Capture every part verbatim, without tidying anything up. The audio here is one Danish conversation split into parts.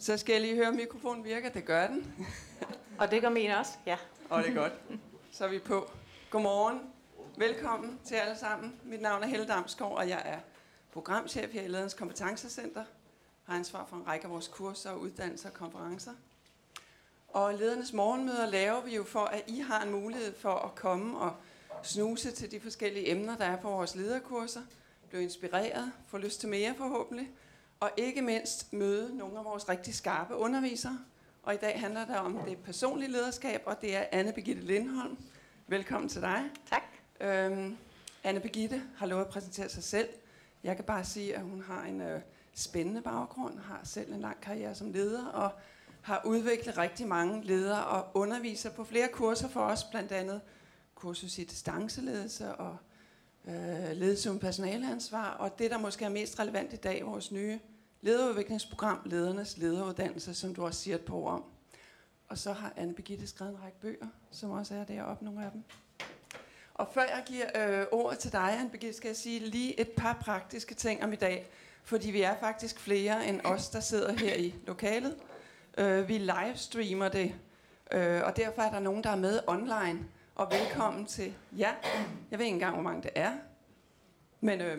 Så skal jeg lige høre, om mikrofonen virker. Det gør den. Og det gør min også, ja. Og det er godt. Så er vi på. Godmorgen. Velkommen til alle sammen. Mit navn er Helle Damsgaard, og jeg er programchef her i Lederens Kompetencecenter. Har ansvar for en række af vores kurser, uddannelser og konferencer. Og ledernes morgenmøder laver vi jo for, at I har en mulighed for at komme og snuse til de forskellige emner, der er på vores lederkurser. Blive inspireret, få lyst til mere forhåbentlig. Og ikke mindst møde nogle af vores rigtig skarpe undervisere. Og i dag handler det om det personlige lederskab, og det er Anne Birgitte Lindholm. Velkommen til dig. Tak. Øhm, Anne Birgitte har lovet at præsentere sig selv. Jeg kan bare sige, at hun har en øh, spændende baggrund, har selv en lang karriere som leder, og har udviklet rigtig mange ledere og underviser på flere kurser for os, blandt andet kursus i distanceledelse og øh, ledelse uden personaleansvar, og det, der måske er mest relevant i dag, vores nye lederudviklingsprogram, Ledernes Lederuddannelse, som du også siger et par ord om. Og så har Anne Birgitte skrevet en række bøger, som også er deroppe, nogle af dem. Og før jeg giver øh, ordet til dig, Anne Birgitte, skal jeg sige lige et par praktiske ting om i dag, fordi vi er faktisk flere end os, der sidder her i lokalet. Øh, vi livestreamer det, øh, og derfor er der nogen, der er med online. Og velkommen til jer. Jeg ved ikke engang, hvor mange det er. Men øh,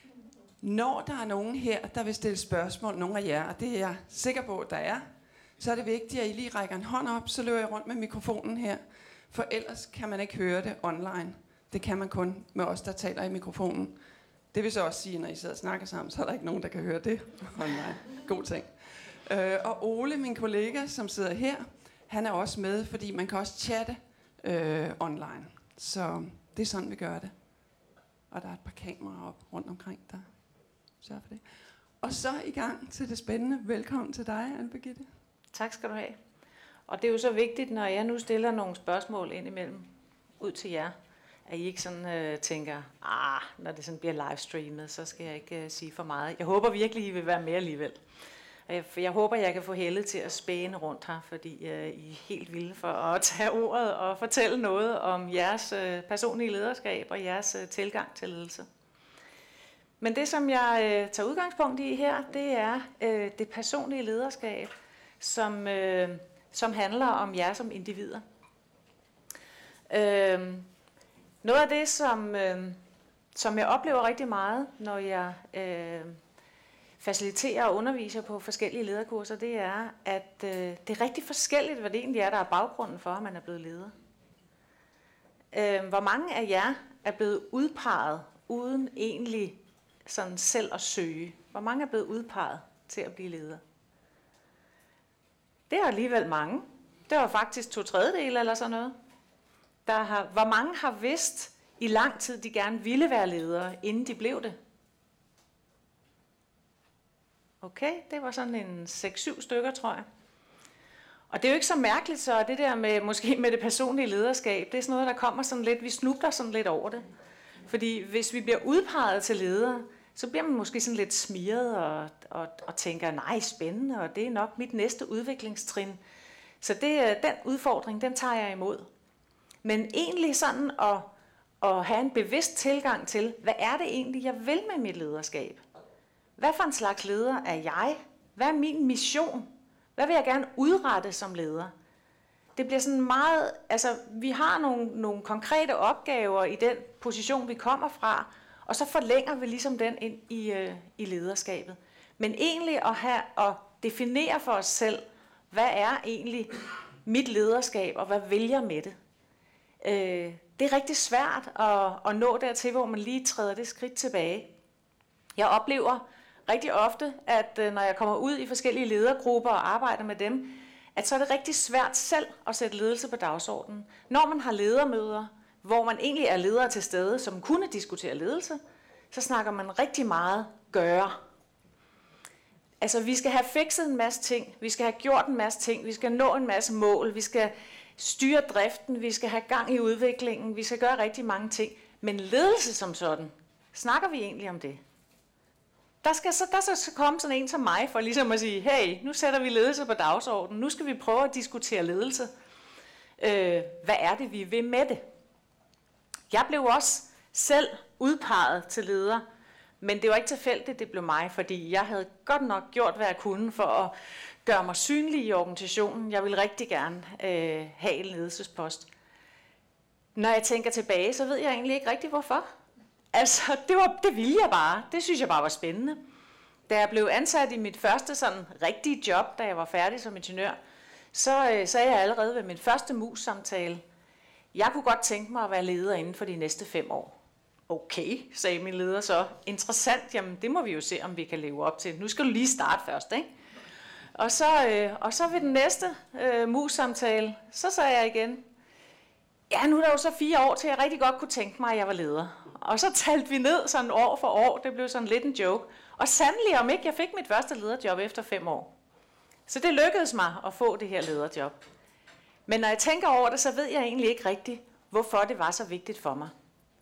når der er nogen her, der vil stille spørgsmål, nogle af jer, og det er jeg sikker på, at der er, så er det vigtigt, at I lige rækker en hånd op, så løber jeg rundt med mikrofonen her. For ellers kan man ikke høre det online. Det kan man kun med os, der taler i mikrofonen. Det vil så også sige, når I sidder og snakker sammen, så er der ikke nogen, der kan høre det online. God ting. Øh, og Ole, min kollega, som sidder her, han er også med, fordi man kan også chatte øh, online. Så det er sådan, vi gør det. Og der er et par kameraer op rundt omkring, der sørger for det. Og så i gang til det spændende. Velkommen til dig, Anne Birgitte. Tak skal du have. Og det er jo så vigtigt, når jeg nu stiller nogle spørgsmål ind imellem ud til jer, at I ikke sådan øh, tænker, ah, når det sådan bliver livestreamet, så skal jeg ikke øh, sige for meget. Jeg håber virkelig, I vil være med alligevel. Og jeg, jeg håber, jeg kan få Helle til at spæne rundt her, fordi øh, I er helt vilde for at tage ordet og fortælle noget om jeres øh, personlige lederskab og jeres øh, tilgang til ledelse. Men det, som jeg øh, tager udgangspunkt i her, det er øh, det personlige lederskab, som, øh, som handler om jer som individer. Øh, noget af det, som, øh, som jeg oplever rigtig meget, når jeg øh, faciliterer og underviser på forskellige lederkurser, det er, at øh, det er rigtig forskelligt, hvad det egentlig er, der er baggrunden for, at man er blevet leder. Øh, hvor mange af jer er blevet udpeget uden egentlig sådan selv at søge? Hvor mange er blevet udpeget til at blive leder? Det er alligevel mange. Det var faktisk to tredjedele eller sådan noget. Der har, hvor mange har vidst i lang tid, de gerne ville være ledere, inden de blev det? Okay, det var sådan en seks syv stykker, tror jeg. Og det er jo ikke så mærkeligt, så det der med, måske med det personlige lederskab, det er sådan noget, der kommer sådan lidt, vi snubler sådan lidt over det. Fordi hvis vi bliver udpeget til ledere, så bliver man måske sådan lidt smiret og, og, og tænker, nej, spændende, og det er nok mit næste udviklingstrin. Så det, den udfordring, den tager jeg imod. Men egentlig sådan at, at have en bevidst tilgang til, hvad er det egentlig, jeg vil med mit lederskab? Hvad for en slags leder er jeg? Hvad er min mission? Hvad vil jeg gerne udrette som leder? Det bliver sådan meget, altså vi har nogle, nogle konkrete opgaver i den position, vi kommer fra, og så forlænger vi ligesom den ind i, øh, i lederskabet. Men egentlig at have at definere for os selv, hvad er egentlig mit lederskab, og hvad vil jeg med det? Øh, det er rigtig svært at, at nå dertil, hvor man lige træder det skridt tilbage. Jeg oplever rigtig ofte, at når jeg kommer ud i forskellige ledergrupper og arbejder med dem, at så er det rigtig svært selv at sætte ledelse på dagsordenen. Når man har ledermøder, hvor man egentlig er ledere til stede, som kunne diskutere ledelse, så snakker man rigtig meget gøre. Altså, vi skal have fikset en masse ting, vi skal have gjort en masse ting, vi skal nå en masse mål, vi skal styre driften, vi skal have gang i udviklingen, vi skal gøre rigtig mange ting. Men ledelse som sådan, snakker vi egentlig om det? Der skal så, der skal så komme sådan en som mig for ligesom at sige, hey, nu sætter vi ledelse på dagsordenen, nu skal vi prøve at diskutere ledelse. Øh, hvad er det, vi vil med det? Jeg blev også selv udpeget til leder Men det var ikke tilfældigt, det blev mig, fordi jeg havde godt nok gjort, hvad jeg kunne for at gøre mig synlig i organisationen. Jeg ville rigtig gerne øh, have en ledelsespost. Når jeg tænker tilbage, så ved jeg egentlig ikke rigtig, hvorfor. Altså, det, var, det ville jeg bare. Det synes jeg bare var spændende. Da jeg blev ansat i mit første sådan rigtige job, da jeg var færdig som ingeniør, så øh, sagde jeg allerede ved min første mus-samtale, jeg kunne godt tænke mig at være leder inden for de næste fem år. Okay, sagde min leder så. Interessant, jamen det må vi jo se, om vi kan leve op til. Nu skal du lige starte først, ikke? Og så, øh, og så ved den næste øh, mus-samtale, så sagde jeg igen, ja, nu er der jo så fire år til, jeg rigtig godt kunne tænke mig, at jeg var leder. Og så talte vi ned sådan år for år, det blev sådan lidt en joke. Og sandelig om ikke, jeg fik mit første lederjob efter fem år. Så det lykkedes mig at få det her lederjob. Men når jeg tænker over det, så ved jeg egentlig ikke rigtigt, hvorfor det var så vigtigt for mig.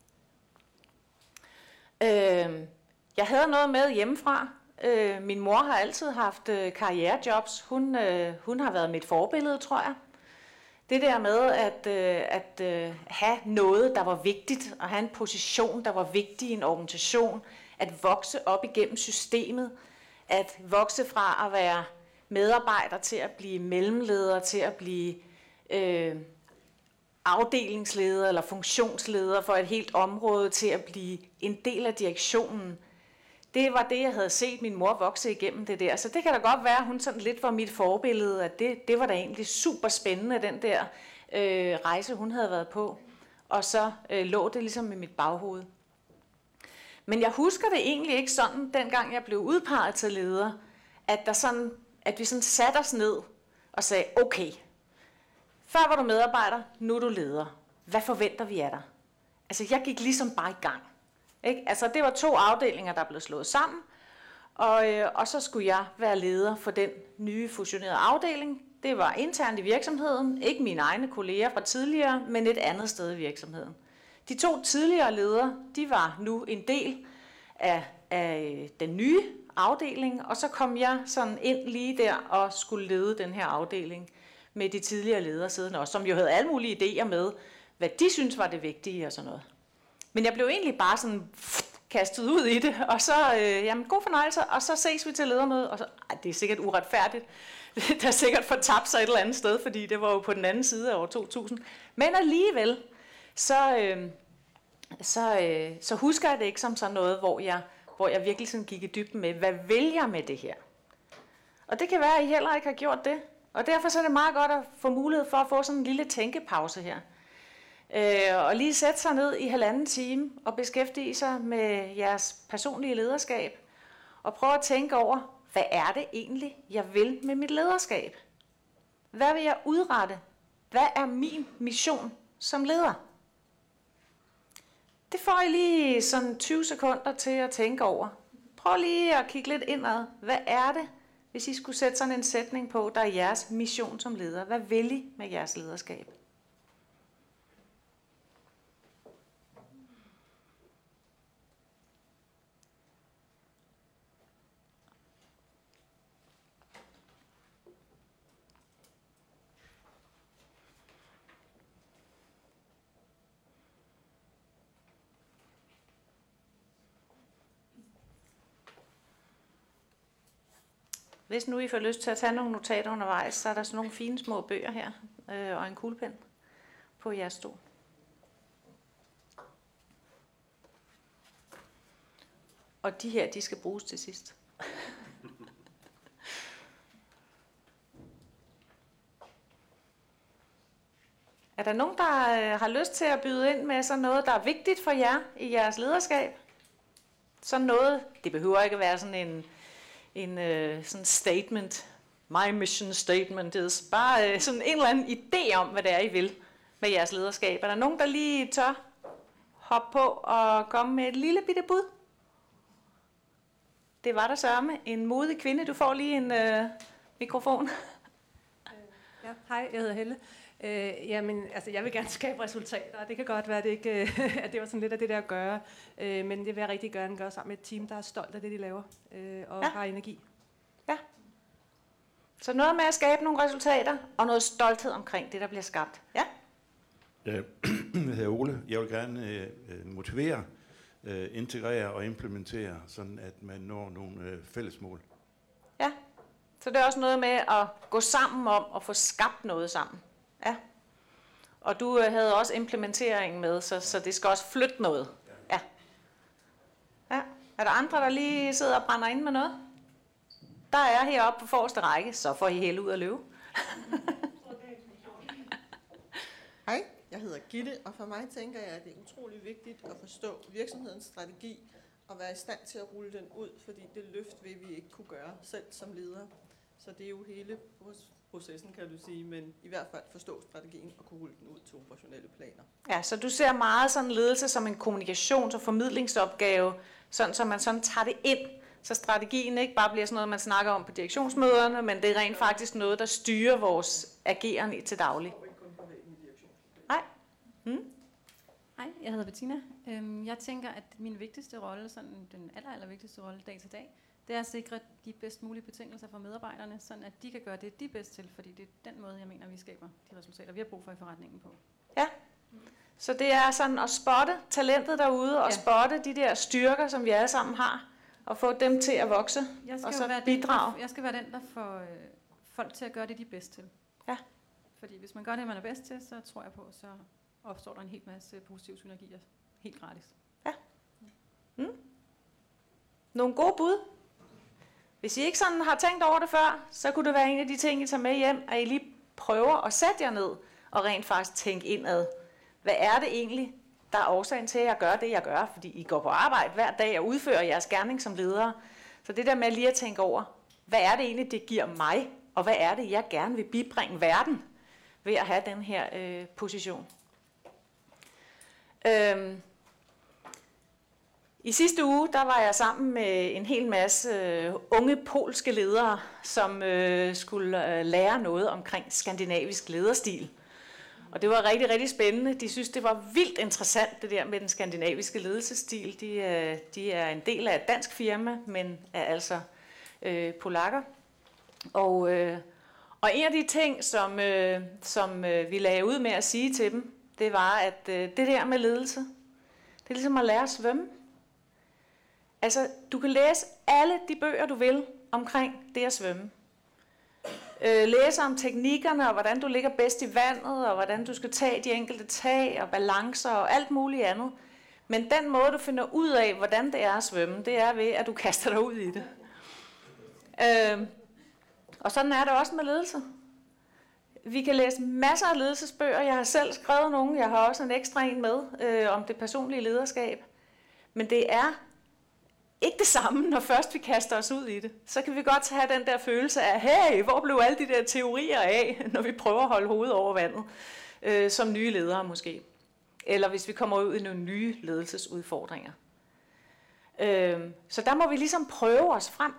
Øh, jeg havde noget med hjemmefra. Øh, min mor har altid haft øh, karrierejobs. Hun, øh, hun har været mit forbillede, tror jeg. Det der med at, øh, at øh, have noget, der var vigtigt, og have en position, der var vigtig i en organisation, at vokse op igennem systemet, at vokse fra at være medarbejder til at blive mellemleder, til at blive øh, afdelingsleder eller funktionsleder for et helt område, til at blive en del af direktionen. Det var det, jeg havde set min mor vokse igennem det der. Så det kan da godt være, at hun sådan lidt var mit forbillede, at det, det var da egentlig super spændende, den der øh, rejse, hun havde været på. Og så øh, lå det ligesom i mit baghoved. Men jeg husker det egentlig ikke sådan, dengang jeg blev udpeget til leder, at, der sådan, at vi sådan satte os ned og sagde, okay, før var du medarbejder, nu er du leder. Hvad forventer vi af dig? Altså, jeg gik ligesom bare i gang. Ikke? Altså, det var to afdelinger, der blev slået sammen, og, øh, og så skulle jeg være leder for den nye fusionerede afdeling. Det var internt i virksomheden, ikke mine egne kolleger fra tidligere, men et andet sted i virksomheden. De to tidligere ledere, de var nu en del af, af den nye afdeling, og så kom jeg sådan ind lige der og skulle lede den her afdeling med de tidligere ledere siddende også, som jo havde alle mulige idéer med, hvad de synes var det vigtige og sådan noget. Men jeg blev egentlig bare sådan kastet ud i det, og så, øh, jamen god fornøjelse, og så ses vi til ledermødet, og så, ej, det er sikkert uretfærdigt, der er sikkert fortabt sig et eller andet sted, fordi det var jo på den anden side af år to tusind, men alligevel, så, øh, så, øh, så husker jeg det ikke som sådan noget, hvor jeg, hvor jeg virkelig sådan gik i dybden med, hvad vil jeg med det her? Og det kan være, at I heller ikke har gjort det, og derfor så er det meget godt at få mulighed for at få sådan en lille tænkepause her. Øh, og lige sætte sig ned i halvanden time og beskæftige sig med jeres personlige lederskab. Og prøve at tænke over, hvad er det egentlig, jeg vil med mit lederskab? Hvad vil jeg udrette? Hvad er min mission som leder? Det får I lige sådan tyve sekunder til at tænke over. Prøv lige at kigge lidt indad. Hvad er det, hvis I skulle sætte sådan en sætning på, der er jeres mission som leder? Hvad vil I med jeres lederskab? Hvis nu I får lyst til at tage nogle notater undervejs, så er der sådan nogle fine små bøger her, øh, og en kuglepen på jeres stol. Og de her, de skal bruges til sidst. Er der nogen, der øh, har lyst til at byde ind med sådan noget, der er vigtigt for jer i jeres lederskab? Sådan noget, det behøver ikke at være sådan en... en uh, sådan statement, my mission statement is, bare uh, sådan en eller anden idé om, hvad det er, I vil med jeres lederskab. Er der nogen, der lige tør hoppe på og komme med et lille bitte bud? Det var der sørme. En modig kvinde, du får lige en uh, mikrofon. Ja, hej, jeg hedder Helle. Øh, jamen, altså, jeg vil gerne skabe resultater, og det kan godt være, at det, ikke, at det var sådan lidt af det der at gøre, øh, men det vil jeg rigtig gerne gøre sammen med et team, der er stolt af det, de laver, øh, og ja. har energi. Ja. Så noget med at skabe nogle resultater, og noget stolthed omkring det, der bliver skabt. Ja? Jeg hedder Ole. Jeg vil gerne øh, motivere øh, integrere og implementere, sådan at man når nogle øh, fælles mål. Ja, så det er også noget med at gå sammen om at få skabt noget sammen. Ja. Og du øh, havde også implementeringen med, så, så det skal også flytte noget. Ja. Ja. Er der andre, der lige sidder og brænder ind med noget? Der er heroppe på forreste række, så får I hælde ud at løbe. Hej, jeg hedder Gitte, og for mig tænker jeg, at det er utrolig vigtigt at forstå virksomhedens strategi og være i stand til at rulle den ud, fordi det løft vil vi ikke kunne gøre selv som ledere. Så det er jo hele processen, kan du sige, men i hvert fald forstå strategien og kunne rulle den ud til operationelle planer. Ja, så du ser meget sådan ledelse som en kommunikations- og formidlingsopgave, sådan så man sådan tager det ind, så strategien ikke bare bliver sådan noget, man snakker om på direktionsmøderne, men det er rent faktisk noget, der styrer vores ageren til daglig. Nej. Hmm? Hej, jeg hedder Bettina. Øhm, Jeg tænker, at min vigtigste rolle, sådan den aller, aller vigtigste rolle dag til dag, det er at sikre de bedst mulige betingelser for medarbejderne, sådan at de kan gøre det, de er bedst til, fordi det er den måde, jeg mener, vi skaber de resultater, vi har brug for i forretningen på. Ja, så det er sådan at spotte talentet derude, og Ja. spotte de der styrker, som vi alle sammen har, og få dem til at vokse, Jeg skal og jo så være bidrage. Den, der, jeg skal være den, der får øh, folk til at gøre det, de er bedst til. Ja. Fordi hvis man gør det, man er bedst til, så tror jeg på, så opstår der en hel masse positive synergier helt gratis. Nogle gode bud. Hvis I ikke sådan har tænkt over det før, så kunne det være en af de ting, I tager med hjem, at I lige prøver at sætte jer ned og rent faktisk tænke indad. Hvad er det egentlig, der er årsagen til, at jeg gør det, jeg gør? Fordi I går på arbejde hver dag og udfører jeres gerning som ledere. Så det der med lige at tænke over, hvad er det egentlig, det giver mig? Og hvad er det, jeg gerne vil bibringe verden ved at have den her øh, position? Øhm. I sidste uge, der var jeg sammen med en hel masse øh, unge polske ledere, som øh, skulle øh, lære noget omkring skandinavisk lederstil. Og det var rigtig, rigtig spændende. De synes, det var vildt interessant, det der med den skandinaviske ledelsesstil. De, øh, de er en del af et dansk firma, men er altså øh, polakker. Og, øh, og en af de ting, som, øh, som øh, vi lagde ud med at sige til dem, det var, at øh, det der med ledelse, det er ligesom at lære at svømme. Altså, du kan læse alle de bøger, du vil, omkring det at svømme. Øh, læse om teknikkerne, og hvordan du ligger bedst i vandet, og hvordan du skal tage de enkelte tag, og balancer, og alt muligt andet. Men den måde, du finder ud af, hvordan det er at svømme, det er ved, at du kaster dig ud i det. Øh, og sådan er det også med ledelse. Vi kan læse masser af ledelsesbøger. Jeg har selv skrevet nogle. Jeg har også en ekstra en med øh, om det personlige lederskab. Men det er ikke det samme, når først vi kaster os ud i det. Så kan vi godt have den der følelse af, hey, hvor blev alle de der teorier af, når vi prøver at holde hovedet over vandet, øh, som nye ledere måske. Eller hvis vi kommer ud i nogle nye ledelsesudfordringer. Øh, så der må vi ligesom prøve os frem.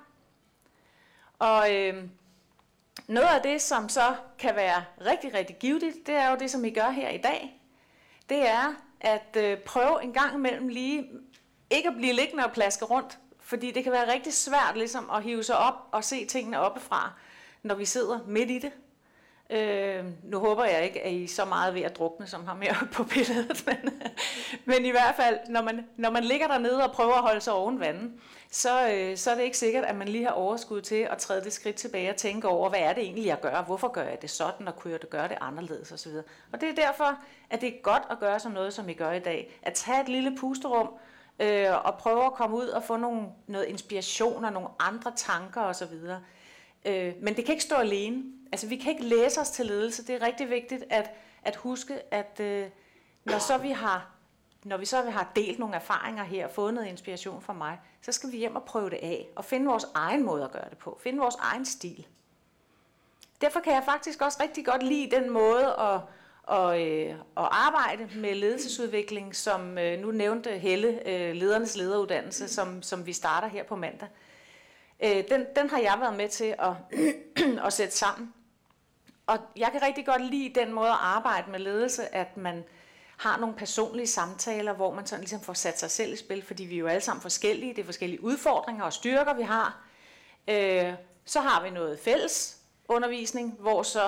Og øh, noget af det, som så kan være rigtig, rigtig givetigt, det er jo det, som I gør her i dag. Det er at øh, prøve en gang imellem lige ikke at blive liggende og plaske rundt, fordi det kan være rigtig svært ligesom, at hive sig op og se tingene oppefra, når vi sidder midt i det. Øh, nu håber jeg ikke, at I er så meget ved at drukne, som har mere på billedet, men, men i hvert fald, når man, når man ligger dernede og prøver at holde sig oven vandet, så, øh, så er det ikke sikkert, at man lige har overskud til at træde det skridt tilbage og tænke over, hvad er det egentlig, jeg gør, hvorfor gør jeg det sådan, og kunne jeg det gøre det anderledes osv. Og det er derfor, at det er godt at gøre sådan noget, som I gør i dag. At tage et lille pusterum, Øh, og prøve at komme ud og få nogle, noget inspiration og nogle andre tanker osv. Øh, men det kan ikke stå alene. Altså vi kan ikke læse os til ledelse. Det er rigtig vigtigt at, at huske, at øh, når, så vi har, når vi så har delt nogle erfaringer her og fået noget inspiration fra mig, så skal vi hjem og prøve det af og finde vores egen måde at gøre det på. Finde vores egen stil. Derfor kan jeg faktisk også rigtig godt lide den måde at Og, øh, og arbejde med ledelsesudvikling, som øh, nu nævnte Helle, øh, ledernes lederuddannelse, som, som vi starter her på mandag. Øh, den, den har jeg været med til at, at sætte sammen. Og jeg kan rigtig godt lide den måde at arbejde med ledelse, at man har nogle personlige samtaler, hvor man sådan ligesom får sat sig selv i spil, fordi vi er jo alle sammen forskellige, det er forskellige udfordringer og styrker, vi har. Øh, så har vi noget fælles undervisning, hvor så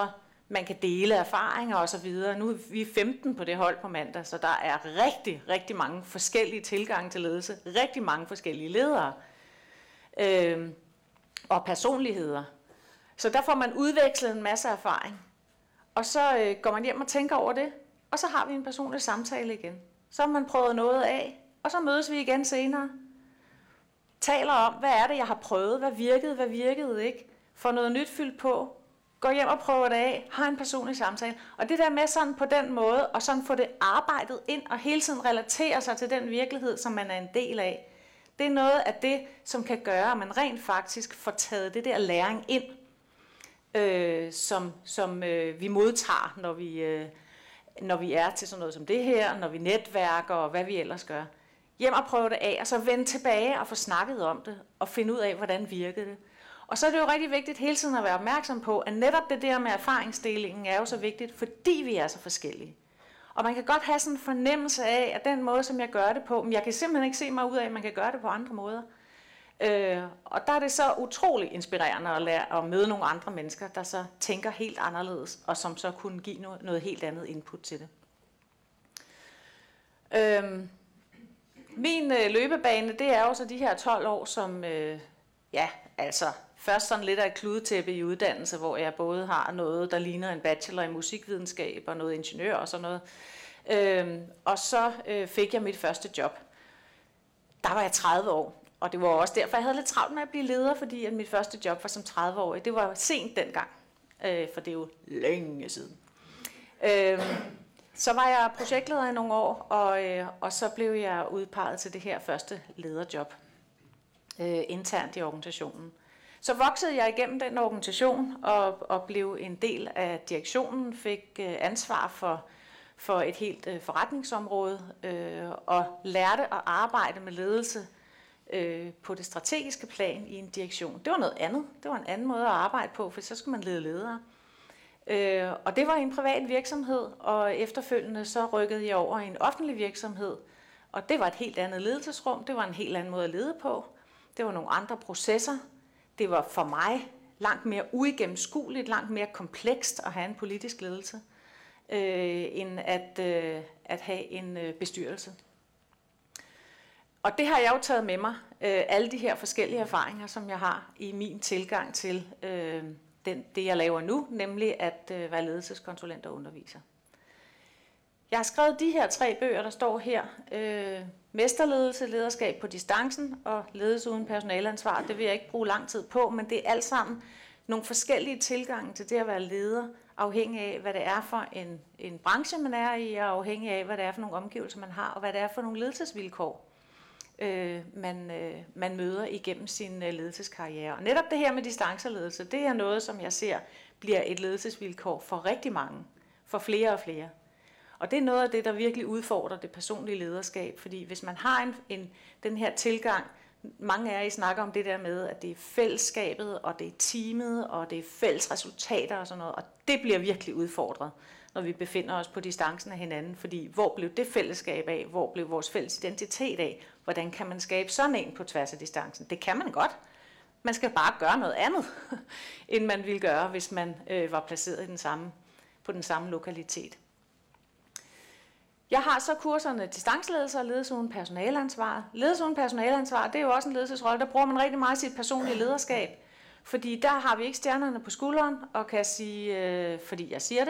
man kan dele erfaringer osv. Nu er vi femten på det hold på mandag, så der er rigtig, rigtig mange forskellige tilgange til ledelse, rigtig mange forskellige ledere øh, og personligheder. Så der får man udvekslet en masse erfaring, og så øh, går man hjem og tænker over det, og så har vi en personlig samtale igen. Så har man prøvet noget af, og så mødes vi igen senere. Taler om, hvad er det, jeg har prøvet, hvad virkede, hvad virkede ikke, får noget nyt fyldt på, går hjem og prøver det af, har en personlig samtale. Og det der med sådan på den måde, og sådan få det arbejdet ind, og hele tiden relatere sig til den virkelighed, som man er en del af, det er noget af det, som kan gøre, at man rent faktisk får taget det der læring ind, øh, som, som øh, vi modtager, når vi, øh, når vi er til sådan noget som det her, når vi netværker og hvad vi ellers gør. Hjem og prøve det af, og så vende tilbage og få snakket om det, og finde ud af, hvordan virkede det. Og så er det jo rigtig vigtigt hele tiden at være opmærksom på, at netop det der med erfaringsdelingen er jo så vigtigt, fordi vi er så forskellige. Og man kan godt have sådan en fornemmelse af, at den måde, som jeg gør det på, men jeg kan simpelthen ikke se mig ud af, at man kan gøre det på andre måder. Øh, og der er det så utrolig inspirerende at, lære, at møde nogle andre mennesker, der så tænker helt anderledes, og som så kunne give noget, noget helt andet input til det. Øh, min øh, løbebane, det er jo så de her tolv år, som, øh, ja, altså først sådan lidt af et kludetæppe i uddannelse, hvor jeg både har noget, der ligner en bachelor i musikvidenskab og noget ingeniør og sådan noget. Øh, og så øh, fik jeg mit første job. Der var jeg tredive år. Og det var også derfor, jeg havde lidt travlt med at blive leder, fordi at mit første job var som tredive-årig. Det var sent dengang, øh, for det er jo længe siden. Øh, så var jeg projektleder i nogle år, og, øh, og så blev jeg udpeget til det her første lederjob øh, internt i organisationen. Så voksede jeg igennem den organisation og, og blev en del af direktionen, fik øh, ansvar for, for et helt øh, forretningsområde øh, og lærte at arbejde med ledelse på det strategiske plan i en direktion. Det var noget andet. Det var en anden måde at arbejde på, for så skulle man lede ledere. Og det var en privat virksomhed, og efterfølgende så rykkede jeg over i en offentlig virksomhed, og det var et helt andet ledelsesrum. Det var en helt anden måde at lede på. Det var nogle andre processer. Det var for mig langt mere uigennemskueligt, langt mere komplekst at have en politisk ledelse, end at, at have en bestyrelse. Og det har jeg jo taget med mig, øh, alle de her forskellige erfaringer, som jeg har i min tilgang til øh, den, det, jeg laver nu, nemlig at øh, være ledelseskonsulent og underviser. Jeg har skrevet de her tre bøger, der står her. Øh, Mesterledelse, lederskab på distancen og ledelse uden personaleansvar. Det vil jeg ikke bruge lang tid på, men det er alt sammen nogle forskellige tilgange til det at være leder, afhængig af, hvad det er for en, en branche, man er i, og afhængig af, hvad det er for nogle omgivelser, man har, og hvad det er for nogle ledelsesvilkår, Øh, man, øh, man møder igennem sin øh, ledelseskarriere. Og netop det her med distanceledelse, det er noget, som jeg ser bliver et ledelsesvilkår for rigtig mange, for flere og flere. Og det er noget af det, der virkelig udfordrer det personlige lederskab, fordi hvis man har en, en, den her tilgang, mange af jer I snakker om det der med, at det er fællesskabet, og det er teamet, og det er fælles resultater og sådan noget, og det bliver virkelig udfordret, når vi befinder os på distancen af hinanden, fordi hvor blev det fællesskab af, hvor blev vores fælles identitet af, hvordan kan man skabe sådan en på tværs af distancen? Det kan man godt. Man skal bare gøre noget andet, end man ville gøre, hvis man øh, var placeret i den samme, på den samme lokalitet. Jeg har så kurserne distanceledelse og ledelse uden personaleansvar. Ledelse uden personaleansvar, det er jo også en ledelsesrolle, der bruger man rigtig meget sit personlige lederskab, fordi der har vi ikke stjernerne på skulderen, og kan sige, øh, fordi jeg siger det.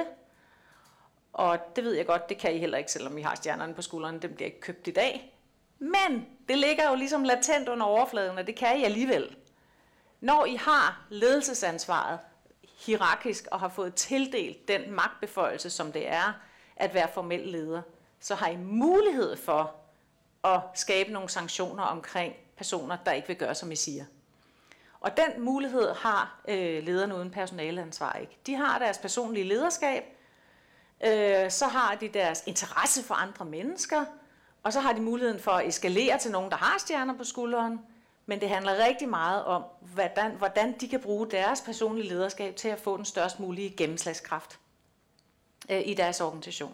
Og det ved jeg godt, det kan I heller ikke, selvom I har stjernerne på skulderen, dem bliver ikke købt i dag. Men det ligger jo ligesom latent under overfladen, og det kan I alligevel. Når I har ledelsesansvaret hierarkisk og har fået tildelt den magtbeføjelse, som det er at være formel leder, så har I mulighed for at skabe nogle sanktioner omkring personer, der ikke vil gøre, som I siger. Og den mulighed har øh, lederne uden personaleansvar ikke. De har deres personlige lederskab, øh, så har de deres interesse for andre mennesker, og så har de muligheden for at eskalere til nogen, der har stjerner på skulderen, men det handler rigtig meget om, hvordan, hvordan de kan bruge deres personlige lederskab til at få den størst mulige gennemslagskraft øh, i deres organisation.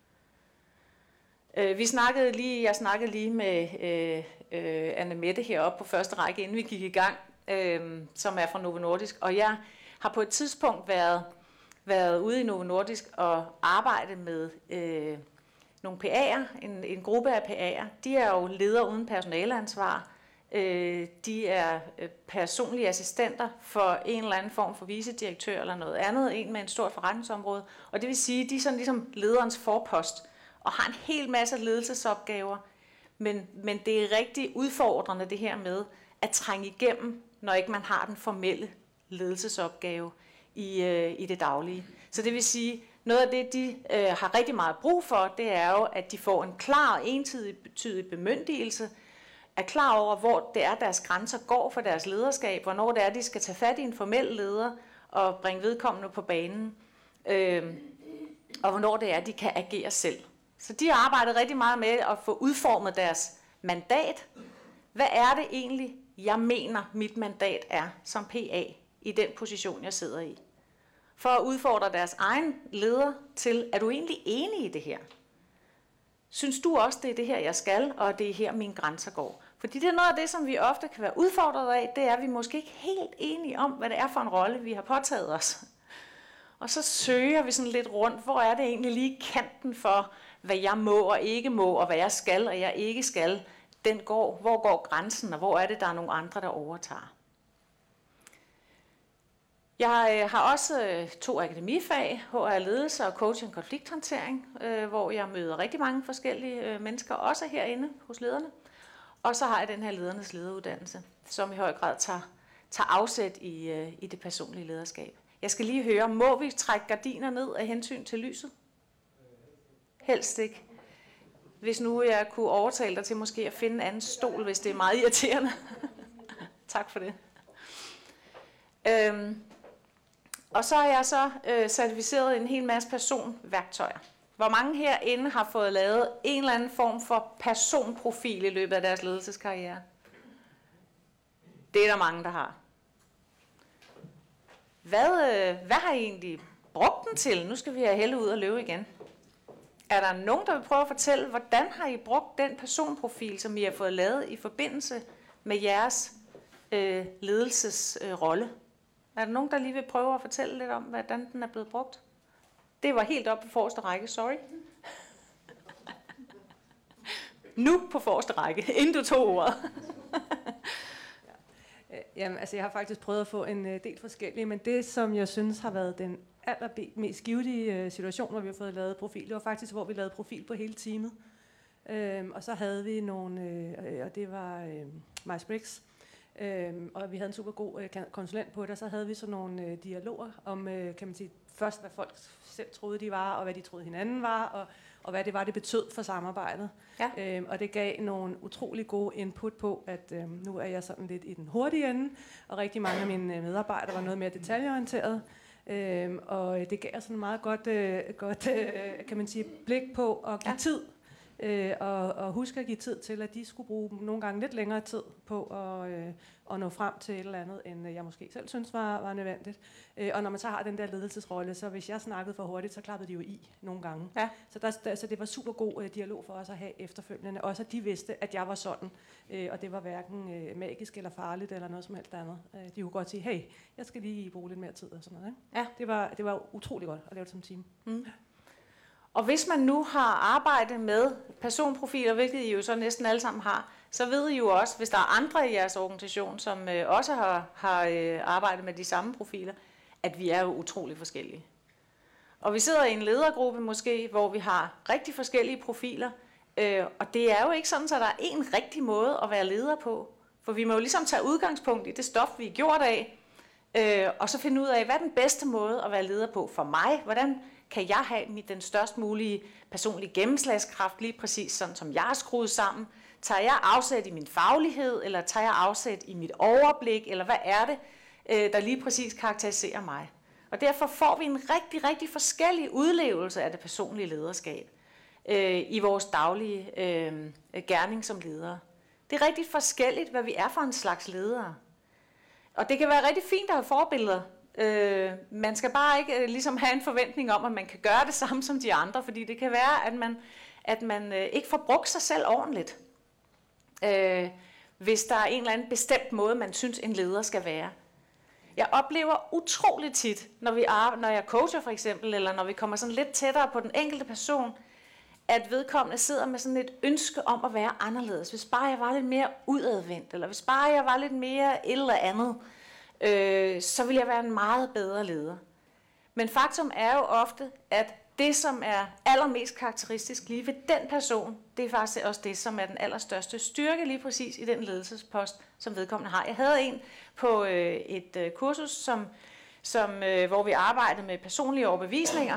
Øh, vi snakkede lige, jeg snakkede lige med øh, øh, Anne Mette heroppe på første række, inden vi gik i gang, øh, som er fra Novo Nordisk, og jeg har på et tidspunkt været været ude i Novo Nordisk og arbejde med øh, nogle P A'er, en, en gruppe af P A'er. De er jo ledere uden personaleansvar. Øh, de er øh, personlige assistenter for en eller anden form for vicedirektør eller noget andet, en med en stort forretningsområde. Og det vil sige, at de er sådan ligesom lederens forpost og har en hel masse ledelsesopgaver. Men, men det er rigtig udfordrende det her med at trænge igennem, når ikke man har den formelle ledelsesopgave i, øh, i det daglige. Så det vil sige, noget af det, de øh, har rigtig meget brug for, det er jo, at de får en klar og entydig bemyndigelse, er klar over, hvor det er, deres grænser går for deres lederskab, hvornår det er, de skal tage fat i en formel leder og bringe vedkommende på banen, øh, og hvornår det er, de kan agere selv. Så de har arbejdet rigtig meget med at få udformet deres mandat. Hvad er det egentlig, jeg mener, mit mandat er som P A i den position, jeg sidder i? For at udfordre deres egen leder til, er du egentlig enig i det her? Synes du også, det er det her, jeg skal, og det er her, mine grænser går? Fordi det er noget af det, som vi ofte kan være udfordret af, det er, at vi måske ikke helt enige om, hvad det er for en rolle, vi har påtaget os. Og så søger vi sådan lidt rundt, hvor er det egentlig lige kanten for, hvad jeg må og ikke må, og hvad jeg skal og jeg ikke skal, den går, hvor går grænsen, og hvor er det, der er nogle andre, der overtager. Jeg har også to akademifag, H R-ledelse og coaching og konflikthåndtering, hvor jeg møder rigtig mange forskellige mennesker, også herinde hos lederne. Og så har jeg den her ledernes lederuddannelse, som i høj grad tager, tager afsæt i, i det personlige lederskab. Jeg skal lige høre, må vi trække gardiner ned af hensyn til lyset? Helst ikke. Hvis nu jeg kunne overtale dig til måske at finde en anden stol, hvis det er meget irriterende. Tak for det. Øhm, og så har jeg så øh, certificeret en hel masse personværktøjer. Hvor mange herinde har fået lavet en eller anden form for personprofil i løbet af deres ledelseskarriere? Det er der mange, der har. Hvad, øh, hvad har I egentlig brugt den til? Nu skal vi have Helle ud og løbe igen. Er der nogen, der vil prøve at fortælle, hvordan har I brugt den personprofil, som I har fået lavet i forbindelse med jeres øh, ledelsesrolle? Øh, er der nogen, der lige vil prøve at fortælle lidt om, hvordan den er blevet brugt? Det var helt op på forreste række, sorry. Nu på forreste række, inden du tog ordet. Jamen, altså jeg har faktisk prøvet at få en del forskellige, men det, som jeg synes har været den allermest givtige situation, hvor vi har fået lavet profil, det var faktisk, hvor vi lavede profil på hele teamet. Øhm, og så havde vi nogle, øh, og det var øh, Myers-Briggs, øhm, og vi havde en super god øh, konsulent på det, og så havde vi sådan nogle øh, dialoger om, øh, kan man sige, først hvad folk selv troede, de var, og hvad de troede hinanden var, og, og hvad det var, det betød for samarbejdet. Ja. Øhm, og det gav nogle utrolig gode input på, at øhm, nu er jeg sådan lidt i den hurtige ende, og rigtig mange af mine medarbejdere var noget mere detaljeorienteret. Øhm, og det gav sådan meget godt, øh, godt øh, kan man sige, blik på at give ja. tid, øh, og, og huske at give tid til, at de skulle bruge nogle gange lidt længere tid på at, øh, at nå frem til et eller andet, end jeg måske selv synes var, var nødvendigt. Øh, og når man så har den der ledelsesrolle, så hvis jeg snakkede for hurtigt, så klappede de jo i nogle gange. Ja. Så, der, der, så det var super god øh, dialog for os at have efterfølgende. Også at de vidste, at jeg var sådan, øh, og det var hverken øh, magisk eller farligt eller noget som helst andet. Øh, de kunne godt sige, hey, jeg skal lige bruge lidt mere tid og sådan noget. Ikke? Ja. Det var, det var utrolig godt at lave det som team. Mm. Og hvis man nu har arbejdet med personprofiler, hvilket I jo så næsten alle sammen har, så ved I jo også, hvis der er andre i jeres organisation, som øh, også har, har øh, arbejdet med de samme profiler, at vi er jo utrolig forskellige. Og vi sidder i en ledergruppe måske, hvor vi har rigtig forskellige profiler, øh, og det er jo ikke sådan, at der er en rigtig måde at være leder på. For vi må jo ligesom tage udgangspunkt i det stof, vi er gjort af, øh, og så finde ud af, hvad er den bedste måde at være leder på for mig? Hvordan kan jeg have den størst mulige personlige gennemslagskraft, lige præcis sådan, som jeg er skruet sammen? Tager jeg afsæt i min faglighed, eller tager jeg afsæt i mit overblik, eller hvad er det, der lige præcis karakteriserer mig? Og derfor får vi en rigtig, rigtig forskellig udlevelse af det personlige lederskab øh, i vores daglige øh, gerning som ledere. Det er rigtig forskelligt, hvad vi er for en slags ledere. Og det kan være rigtig fint at have forbilleder. Øh, man skal bare ikke øh, ligesom have en forventning om, at man kan gøre det samme som de andre, fordi det kan være, at man, at man øh, ikke får brugt sig selv ordentligt. Øh, hvis der er en eller anden bestemt måde, man synes, en leder skal være. Jeg oplever utroligt tit, når, vi arbejder, når jeg coacher for eksempel, eller når vi kommer sådan lidt tættere på den enkelte person, at vedkommende sidder med sådan et ønske om at være anderledes. Hvis bare jeg var lidt mere udadvendt, eller hvis bare jeg var lidt mere et eller andet, øh, så ville jeg være en meget bedre leder. Men faktum er jo ofte, at det, som er allermest karakteristisk lige ved den person, det er faktisk også det, som er den allerstørste styrke lige præcis i den ledelsespost, som vedkommende har. Jeg havde en på øh, et øh, kursus, som, som, øh, hvor vi arbejdede med personlige overbevisninger.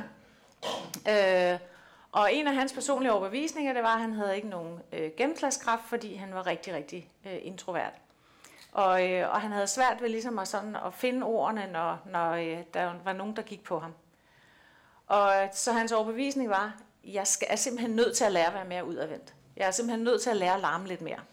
Øh, og en af hans personlige overbevisninger, det var, at han havde ikke nogen øh, gennemslagskraft, fordi han var rigtig, rigtig øh, introvert. Og, øh, og han havde svært ved ligesom at, sådan, at finde ordene, når, når øh, der var nogen, der gik på ham. Og så hans overbevisning var, at jeg skal, er simpelthen nødt til at lære at være mere udadvendt. Jeg er simpelthen nødt til at lære at larme lidt mere.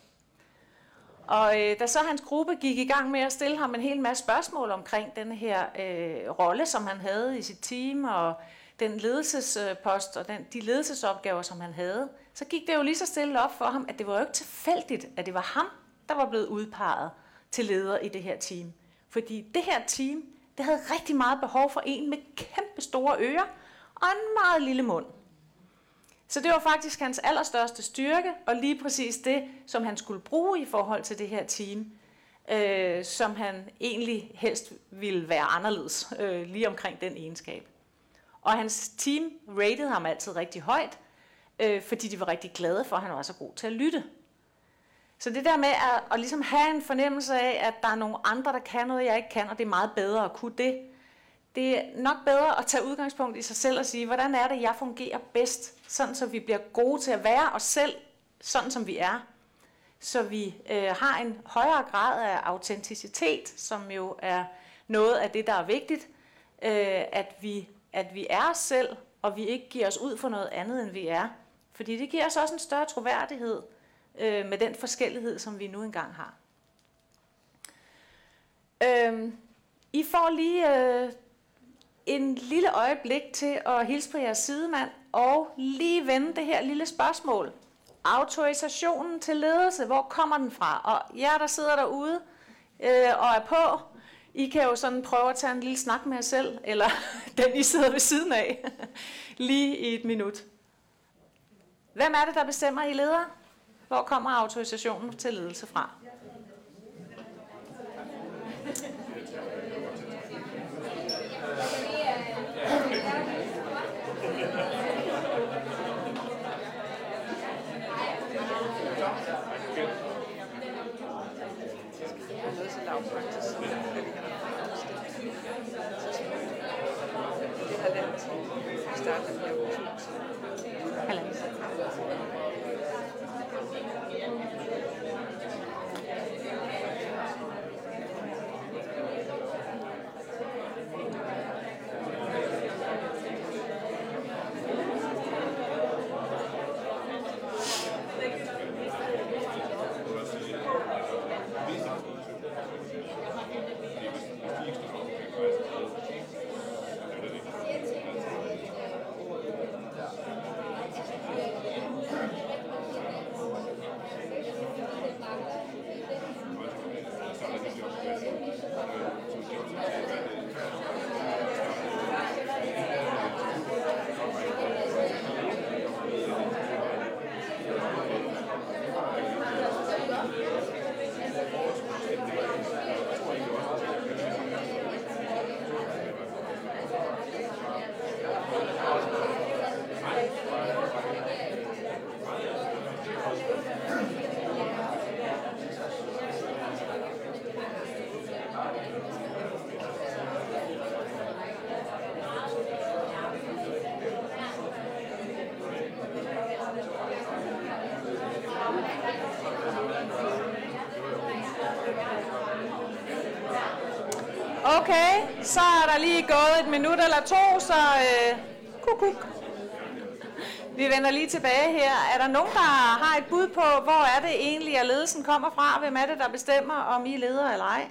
Og øh, da så hans gruppe gik i gang med at stille ham en hel masse spørgsmål omkring den her øh, rolle, som han havde i sit team, og den ledelsespost og den, de ledelsesopgaver, som han havde, så gik det jo lige så stille op for ham, at det var jo ikke tilfældigt, at det var ham, der var blevet udpeget til leder i det her team. Fordi det her team, det havde rigtig meget behov for en med kæmpe store ører og en meget lille mund. Så det var faktisk hans allerstørste styrke, og lige præcis det, som han skulle bruge i forhold til det her team, øh, som han egentlig helst ville være anderledes, øh, lige omkring den egenskab. Og hans team rated ham altid rigtig højt, øh, fordi de var rigtig glade for, at han var så god til at lytte. Så det der med at, at ligesom have en fornemmelse af, at der er nogle andre, der kan noget, jeg ikke kan, og det er meget bedre at kunne det, det er nok bedre at tage udgangspunkt i sig selv og sige, hvordan er det, jeg fungerer bedst, sådan så vi bliver gode til at være os selv, sådan som vi er. Så vi øh, har en højere grad af autenticitet, som jo er noget af det, der er vigtigt, øh, at, vi, at vi er os selv, og vi ikke giver os ud for noget andet, end vi er. Fordi det giver os også en større troværdighed øh, med den forskellighed, som vi nu engang har. Øh, I får lige øh, en lille øjeblik til at hilse på jeres sidemand, og lige vende det her lille spørgsmål. Autorisationen til ledelse, hvor kommer den fra? Og jer, der sidder derude øh, og er på, I kan jo sådan prøve at tage en lille snak med jer selv, eller den, I sidder ved siden af, lige i et minut. Hvem er det, der bestemmer, I ledere? Hvor kommer autorisationen til ledelse fra? Okay, så er der lige gået et minut eller to, så øh, kuk, kuk. Vi vender lige tilbage her. Er der nogen, der har et bud på, hvor er det egentlig, at ledelsen kommer fra? Hvem er det, der bestemmer, om I er ledere eller ej?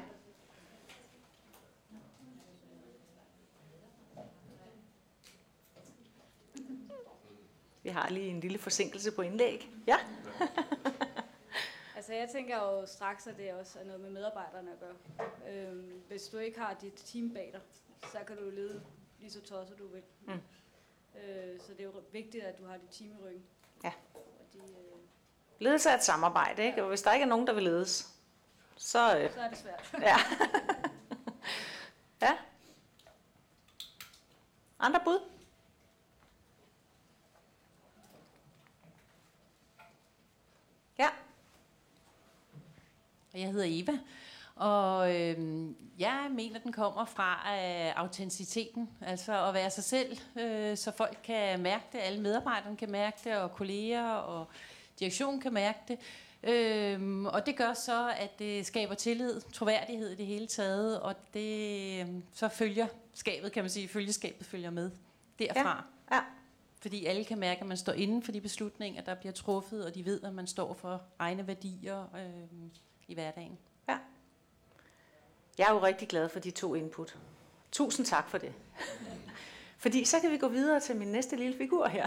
Vi har lige en lille forsinkelse på indlæg. Ja? Altså Altså jeg tænker jo straks, at det også er noget med medarbejderne at gøre. Øhm, hvis du ikke har dit team bag dig, så kan du lede lige så tosset du vil. Mm. Øh, så det er jo vigtigt, at du har dit team i ryggen. Ja. Og de, øh, Ledelse er et samarbejde, ikke? Og hvis der ikke er nogen, der vil ledes, så... Øh, så er det svært. ja. ja. Andre bud? Ja. Jeg hedder Eva, og øh, jeg mener, den kommer fra øh, autenticiteten, altså at være sig selv, øh, så folk kan mærke det, alle medarbejderne kan mærke det, og kolleger og direktionen kan mærke det. Øh, og det gør så, at det skaber tillid, troværdighed i det hele taget, og det øh, så følger skabet, kan man sige, følgeskabet følger med derfra. Ja. Ja. Fordi alle kan mærke, at man står inden for de beslutninger, der bliver truffet, og de ved, at man står for egne værdier øh, i hverdagen. Ja. Jeg er jo rigtig glad for de to input. Tusind tak for det. Fordi så kan vi gå videre til min næste lille figur her.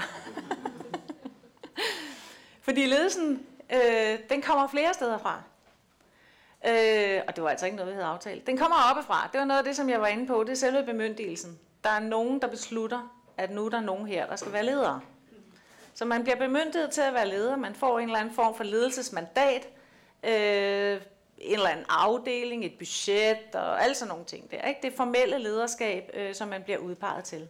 Fordi ledelsen, øh, den kommer flere steder fra. Øh, og det var altså ikke noget, vi havde aftalt. Den kommer oppefra. Det var noget af det, som jeg var inde på. Det er selve bemyndigelsen. Der er nogen, der beslutter, at nu er der nogen her, der skal være ledere. Så man bliver bemyndiget til at være leder. Man får en eller anden form for ledelsesmandat. Øh, en eller anden afdeling, et budget og alle sådan nogle ting der. Ikke? Det formelle lederskab, øh, som man bliver udpeget til.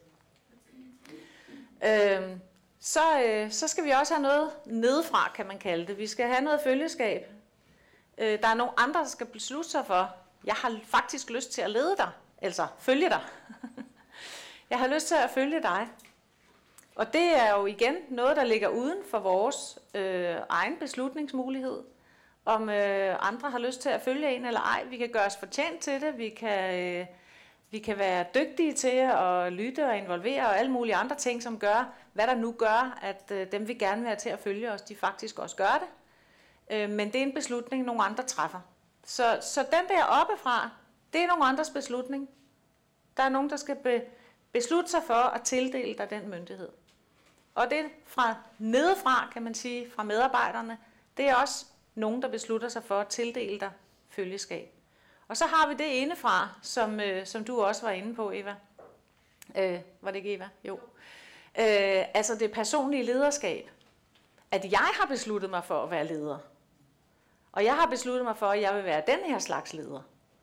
Øh, så, øh, så skal vi også have noget nedefra, kan man kalde det. Vi skal have noget følgeskab. Øh, der er nogle andre, der skal beslutte sig for, jeg har faktisk lyst til at lede dig, altså følge dig. Jeg har lyst til at følge dig. Og det er jo igen noget, der ligger uden for vores øh, egen beslutningsmulighed. Om øh, andre har lyst til at følge en eller ej. Vi kan gøre os fortjent til det. Vi kan, øh, vi kan være dygtige til at lytte og involvere og alle mulige andre ting, som gør, hvad der nu gør, at øh, dem vi gerne vil have til at følge os, de faktisk også gør det. Øh, men det er en beslutning, nogle andre træffer. Så, så den der oppefra, det er nogle andres beslutning. Der er nogen, der skal be, beslutte sig for at tildele dig den myndighed. Og det fra nedefra, kan man sige, fra medarbejderne, det er også nogen, der beslutter sig for at tildele dig følgeskab. Og så har vi det indefra, som, øh, som du også var inde på, Eva. Øh, var det ikke Eva? Jo. Øh, altså det personlige lederskab. At jeg har besluttet mig for at være leder. Og jeg har besluttet mig for, at jeg vil være den her slags leder.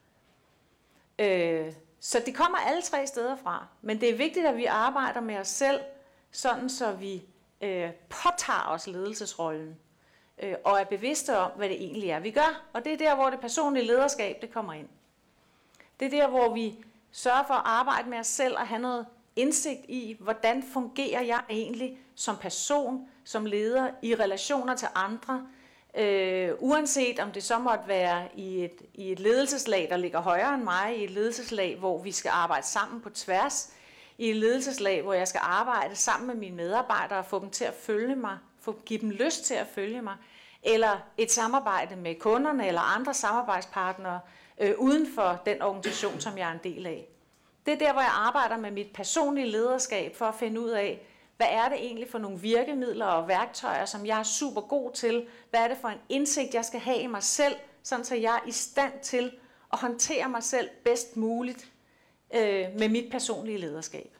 Øh, så det kommer alle tre steder fra. Men det er vigtigt, at vi arbejder med os selv, sådan så vi øh, påtager os ledelsesrollen. Øh, og er bevidste om, hvad det egentlig er, vi gør. Og det er der, hvor det personlige lederskab det kommer ind. Det er der, hvor vi sørger for at arbejde med os selv og have noget indsigt i, hvordan fungerer jeg egentlig som person, som leder i relationer til andre, øh, uanset om det så måtte være i et, i et ledelseslag, der ligger højere end mig, i et ledelseslag, hvor vi skal arbejde sammen på tværs, i et ledelseslag, hvor jeg skal arbejde sammen med mine medarbejdere og få dem til at følge mig, få, give dem lyst til at følge mig, eller et samarbejde med kunderne eller andre samarbejdspartnere øh, uden for den organisation, som jeg er en del af. Det er der, hvor jeg arbejder med mit personlige lederskab for at finde ud af, hvad er det egentlig for nogle virkemidler og værktøjer, som jeg er super god til? Hvad er det for en indsigt, jeg skal have i mig selv, sådan så jeg er i stand til at håndtere mig selv bedst muligt øh, med mit personlige lederskab.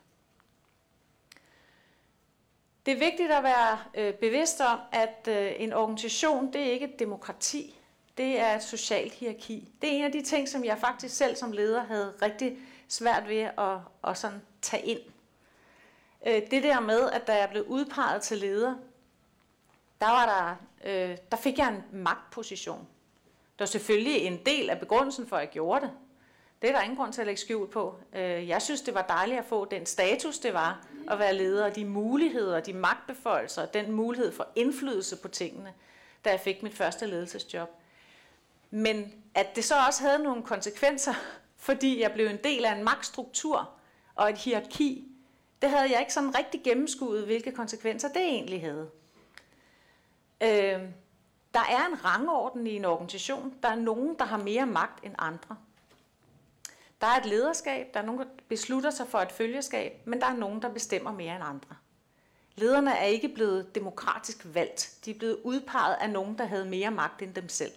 Det er vigtigt at være øh, bevidst om, at øh, en organisation, det er ikke et demokrati. Det er et socialt hierarki. Det er en af de ting, som jeg faktisk selv som leder havde rigtig svært ved at, at sådan tage ind. Øh, det der med, at da jeg blev udpeget til leder, der, var der, øh, der fik jeg en magtposition. Det var selvfølgelig en del af begrundelsen for, at jeg gjorde det. Det er der ingen grund til at lægge skjul på. Øh, jeg synes, det var dejligt at få den status, det var at være leder, og de muligheder, de magtbeføjelser, den mulighed for indflydelse på tingene, da jeg fik mit første ledelsesjob. Men at det så også havde nogle konsekvenser, fordi jeg blev en del af en magtstruktur og et hierarki, det havde jeg ikke sådan rigtig gennemskuet, hvilke konsekvenser det egentlig havde. Øh, der er en rangorden i en organisation. Der er nogen, der har mere magt end andre. Der er et lederskab, der er nogen, der beslutter sig for et følgeskab, men der er nogen, der bestemmer mere end andre. Lederne er ikke blevet demokratisk valgt. De er blevet udpeget af nogen, der havde mere magt end dem selv.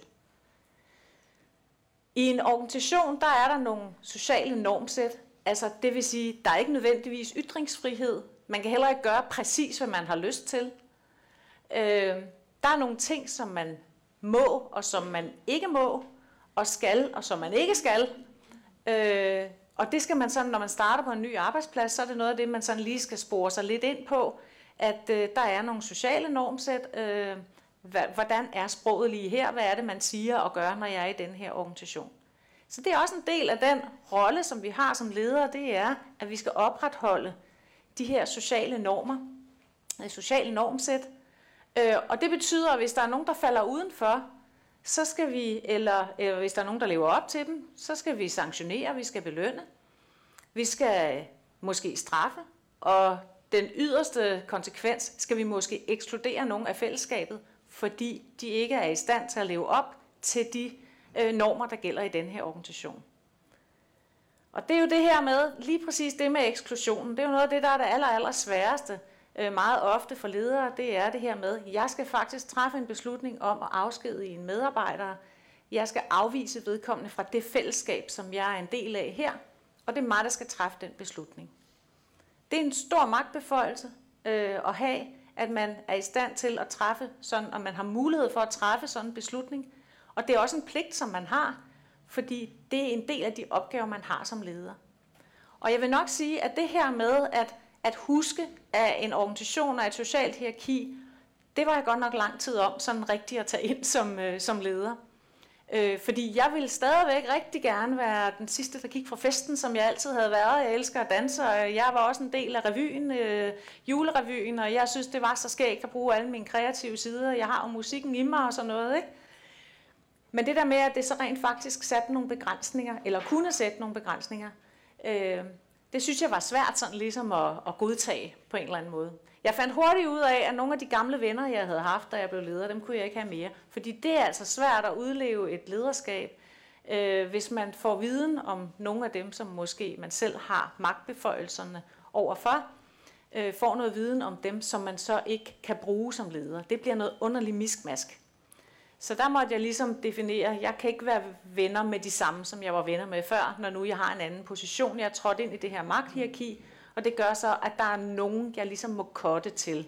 I en organisation, der er der nogle sociale normsæt. Altså, det vil sige, der er ikke nødvendigvis ytringsfrihed. Man kan heller ikke gøre præcis, hvad man har lyst til. Øh, der er nogle ting, som man må, og som man ikke må, og skal, og som man ikke skal. Øh, og det skal man sådan, når man starter på en ny arbejdsplads, så er det noget af det, man sådan lige skal spore sig lidt ind på, at øh, der er nogle sociale normsæt. Øh, hvordan er sproget lige her? Hvad er det, man siger og gør, når jeg er i den her organisation? Så det er også en del af den rolle, som vi har som ledere, det er, at vi skal opretholde de her sociale normer, sociale normsæt. Øh, og det betyder, at hvis der er nogen, der falder udenfor, så skal vi, eller, eller hvis der er nogen, der lever op til dem, så skal vi sanktionere, vi skal belønne. Vi skal måske straffe, og den yderste konsekvens skal vi måske ekskludere nogen af fællesskabet, fordi de ikke er i stand til at leve op til de øh, normer, der gælder i den her organisation. Og det er jo det her med, lige præcis det med eksklusionen, det er jo noget af det, der er det aller, aller sværeste øh, meget ofte for ledere, det er det her med, jeg skal faktisk træffe en beslutning om at afskedige en medarbejder. Jeg skal afvise vedkommende fra det fællesskab, som jeg er en del af her, og det er mig, der skal træffe den beslutning. Det er en stor magtbeføjelse øh, at have, at man er i stand til at træffe sådan, og man har mulighed for at træffe sådan en beslutning. Og det er også en pligt, som man har, fordi det er en del af de opgaver, man har som leder. Og jeg vil nok sige, at det her med at, at huske, at en organisation og et socialt hierarki, det var jeg godt nok lang tid om, sådan rigtigt at tage ind som, øh, som leder. Øh, fordi jeg ville stadigvæk rigtig gerne være den sidste, der gik fra festen, som jeg altid havde været. Jeg elsker at danse, og jeg var også en del af revyen, øh, julerevyen, og jeg synes, det var så skægt at bruge alle mine kreative sider. Jeg har jo musikken i mig og sådan noget, ikke? Men det der med, at det så rent faktisk satte nogle begrænsninger, eller kunne sætte nogle begrænsninger, øh, det synes jeg var svært sådan ligesom at, at godtage på en eller anden måde. Jeg fandt hurtigt ud af, at nogle af de gamle venner, jeg havde haft, da jeg blev leder, dem kunne jeg ikke have mere. Fordi det er altså svært at udleve et lederskab, øh, hvis man får viden om nogle af dem, som måske man selv har magtbeføjelserne overfor, øh, får noget viden om dem, som man så ikke kan bruge som leder. Det bliver noget underligt miskmask. Så der måtte jeg ligesom definere, at jeg kan ikke være venner med de samme, som jeg var venner med før, når nu jeg har en anden position. Jeg er trådt ind i det her magthierarki, og det gør så, at der er nogen, jeg ligesom må kotte til.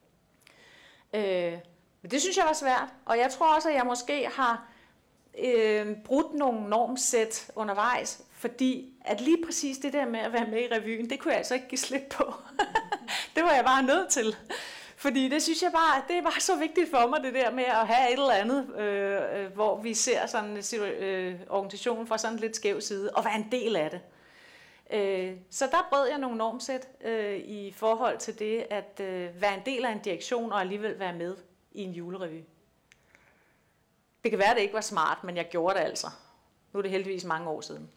Øh, men det synes jeg var svært, og jeg tror også, at jeg måske har øh, brudt nogle normsæt undervejs, fordi at lige præcis det der med at være med i revyen, det kunne jeg altså ikke give slip på. Det var jeg bare nødt til. Fordi det synes jeg bare, det er bare så vigtigt for mig, det der med at have et eller andet, øh, øh, hvor vi ser sådan en øh, organisation fra sådan en lidt skæv side, og være en del af det. Øh, så der brød jeg nogle normsæt øh, i forhold til det, at øh, være en del af en direktion, og alligevel være med i en julerevy. Det kan være, at det ikke var smart, men jeg gjorde det altså. Nu er det heldigvis mange år siden.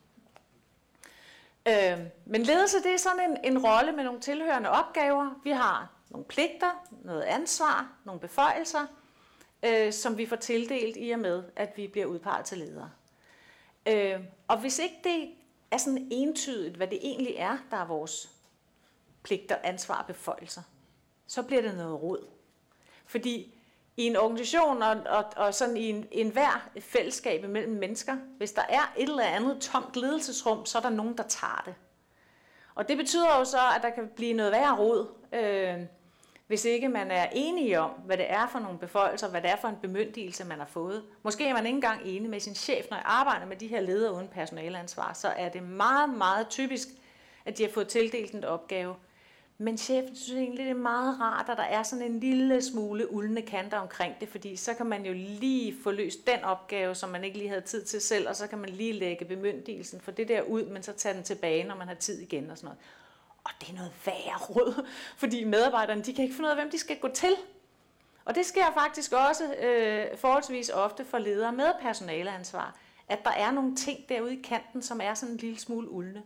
Øh, men ledelse, det er sådan en, en rolle med nogle tilhørende opgaver. Vi har nogle pligter, noget ansvar, nogle beføjelser, øh, som vi får tildelt i og med, at vi bliver udpeget til ledere. Øh, og hvis ikke det er sådan entydigt, hvad det egentlig er, der er vores pligter, ansvar og beføjelser, så bliver det noget rod. Fordi i en organisation og, og, og sådan i en, en hver fællesskab mellem mennesker, hvis der er et eller andet tomt ledelsesrum, så er der nogen, der tager det. Og det betyder jo så, at der kan blive noget værre rod, øh, hvis ikke man er enige om, hvad det er for nogle beføjelser, hvad det er for en bemyndigelse, man har fået. Måske er man ikke engang enig med sin chef, når jeg arbejder med de her ledere uden personaleansvar, så er det meget, meget typisk, at de har fået tildelt en opgave. Men chefen synes egentlig, det er meget rart, at der er sådan en lille smule uldne kanter omkring det, fordi så kan man jo lige få løst den opgave, som man ikke lige havde tid til selv, og så kan man lige lægge bemyndigelsen for det der ud, men så tage den tilbage, når man har tid igen og sådan noget. Og det er noget værre råd, fordi medarbejderne, de kan ikke finde ud af, hvem de skal gå til. Og det sker faktisk også øh, forholdsvis ofte for ledere med personaleansvar, at der er nogle ting derude i kanten, som er sådan en lille smule uldne.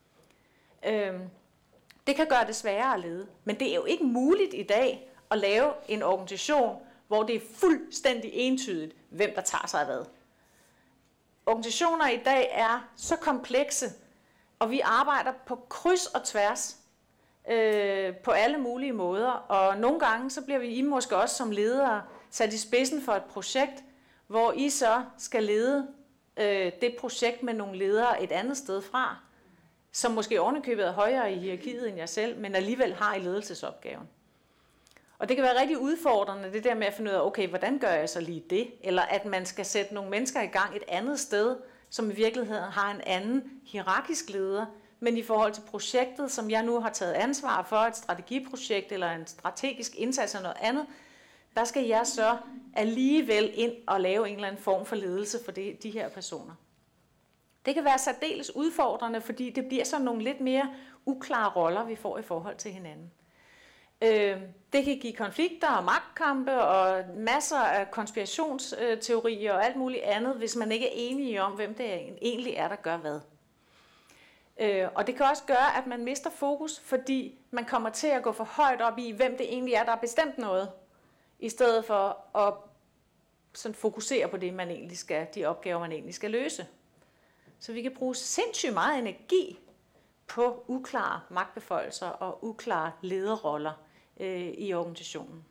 Øh, det kan gøre det sværere at lede, men det er jo ikke muligt i dag at lave en organisation, hvor det er fuldstændig entydigt, hvem der tager sig af hvad. Organisationer i dag er så komplekse, og vi arbejder på kryds og tværs. øh, på alle mulige måder. Og nogle gange så bliver vi I måske også som ledere sat i spidsen for et projekt, hvor I så skal lede øh, det projekt med nogle ledere et andet sted fra, som måske ovenikøbet er højere i hierarkiet end jer selv, men alligevel har I ledelsesopgaven. Og det kan være rigtig udfordrende, det der med at finde ud af, okay, hvordan gør jeg så lige det? Eller at man skal sætte nogle mennesker i gang et andet sted, som i virkeligheden har en anden hierarkisk leder, men i forhold til projektet, som jeg nu har taget ansvar for, et strategiprojekt eller en strategisk indsats eller noget andet, der skal jeg så alligevel ind og lave en eller anden form for ledelse for det, de her personer. Det kan være særdeles udfordrende, fordi det bliver sådan nogle lidt mere uklare roller, vi får i forhold til hinanden. Øh, det kan give konflikter og magtkampe og masser af konspirationsteorier og alt muligt andet, hvis man ikke er enige om, hvem det egentlig er, der gør hvad. Øh, og det kan også gøre, at man mister fokus, fordi man kommer til at gå for højt op i, hvem det egentlig er, der har bestemt noget, i stedet for at sådan fokusere på det, man egentlig skal, de opgaver, man egentlig skal løse. Så vi kan bruge sindssygt meget energi på uklare magtbeføjelser og uklare lederroller øh, i organisationen.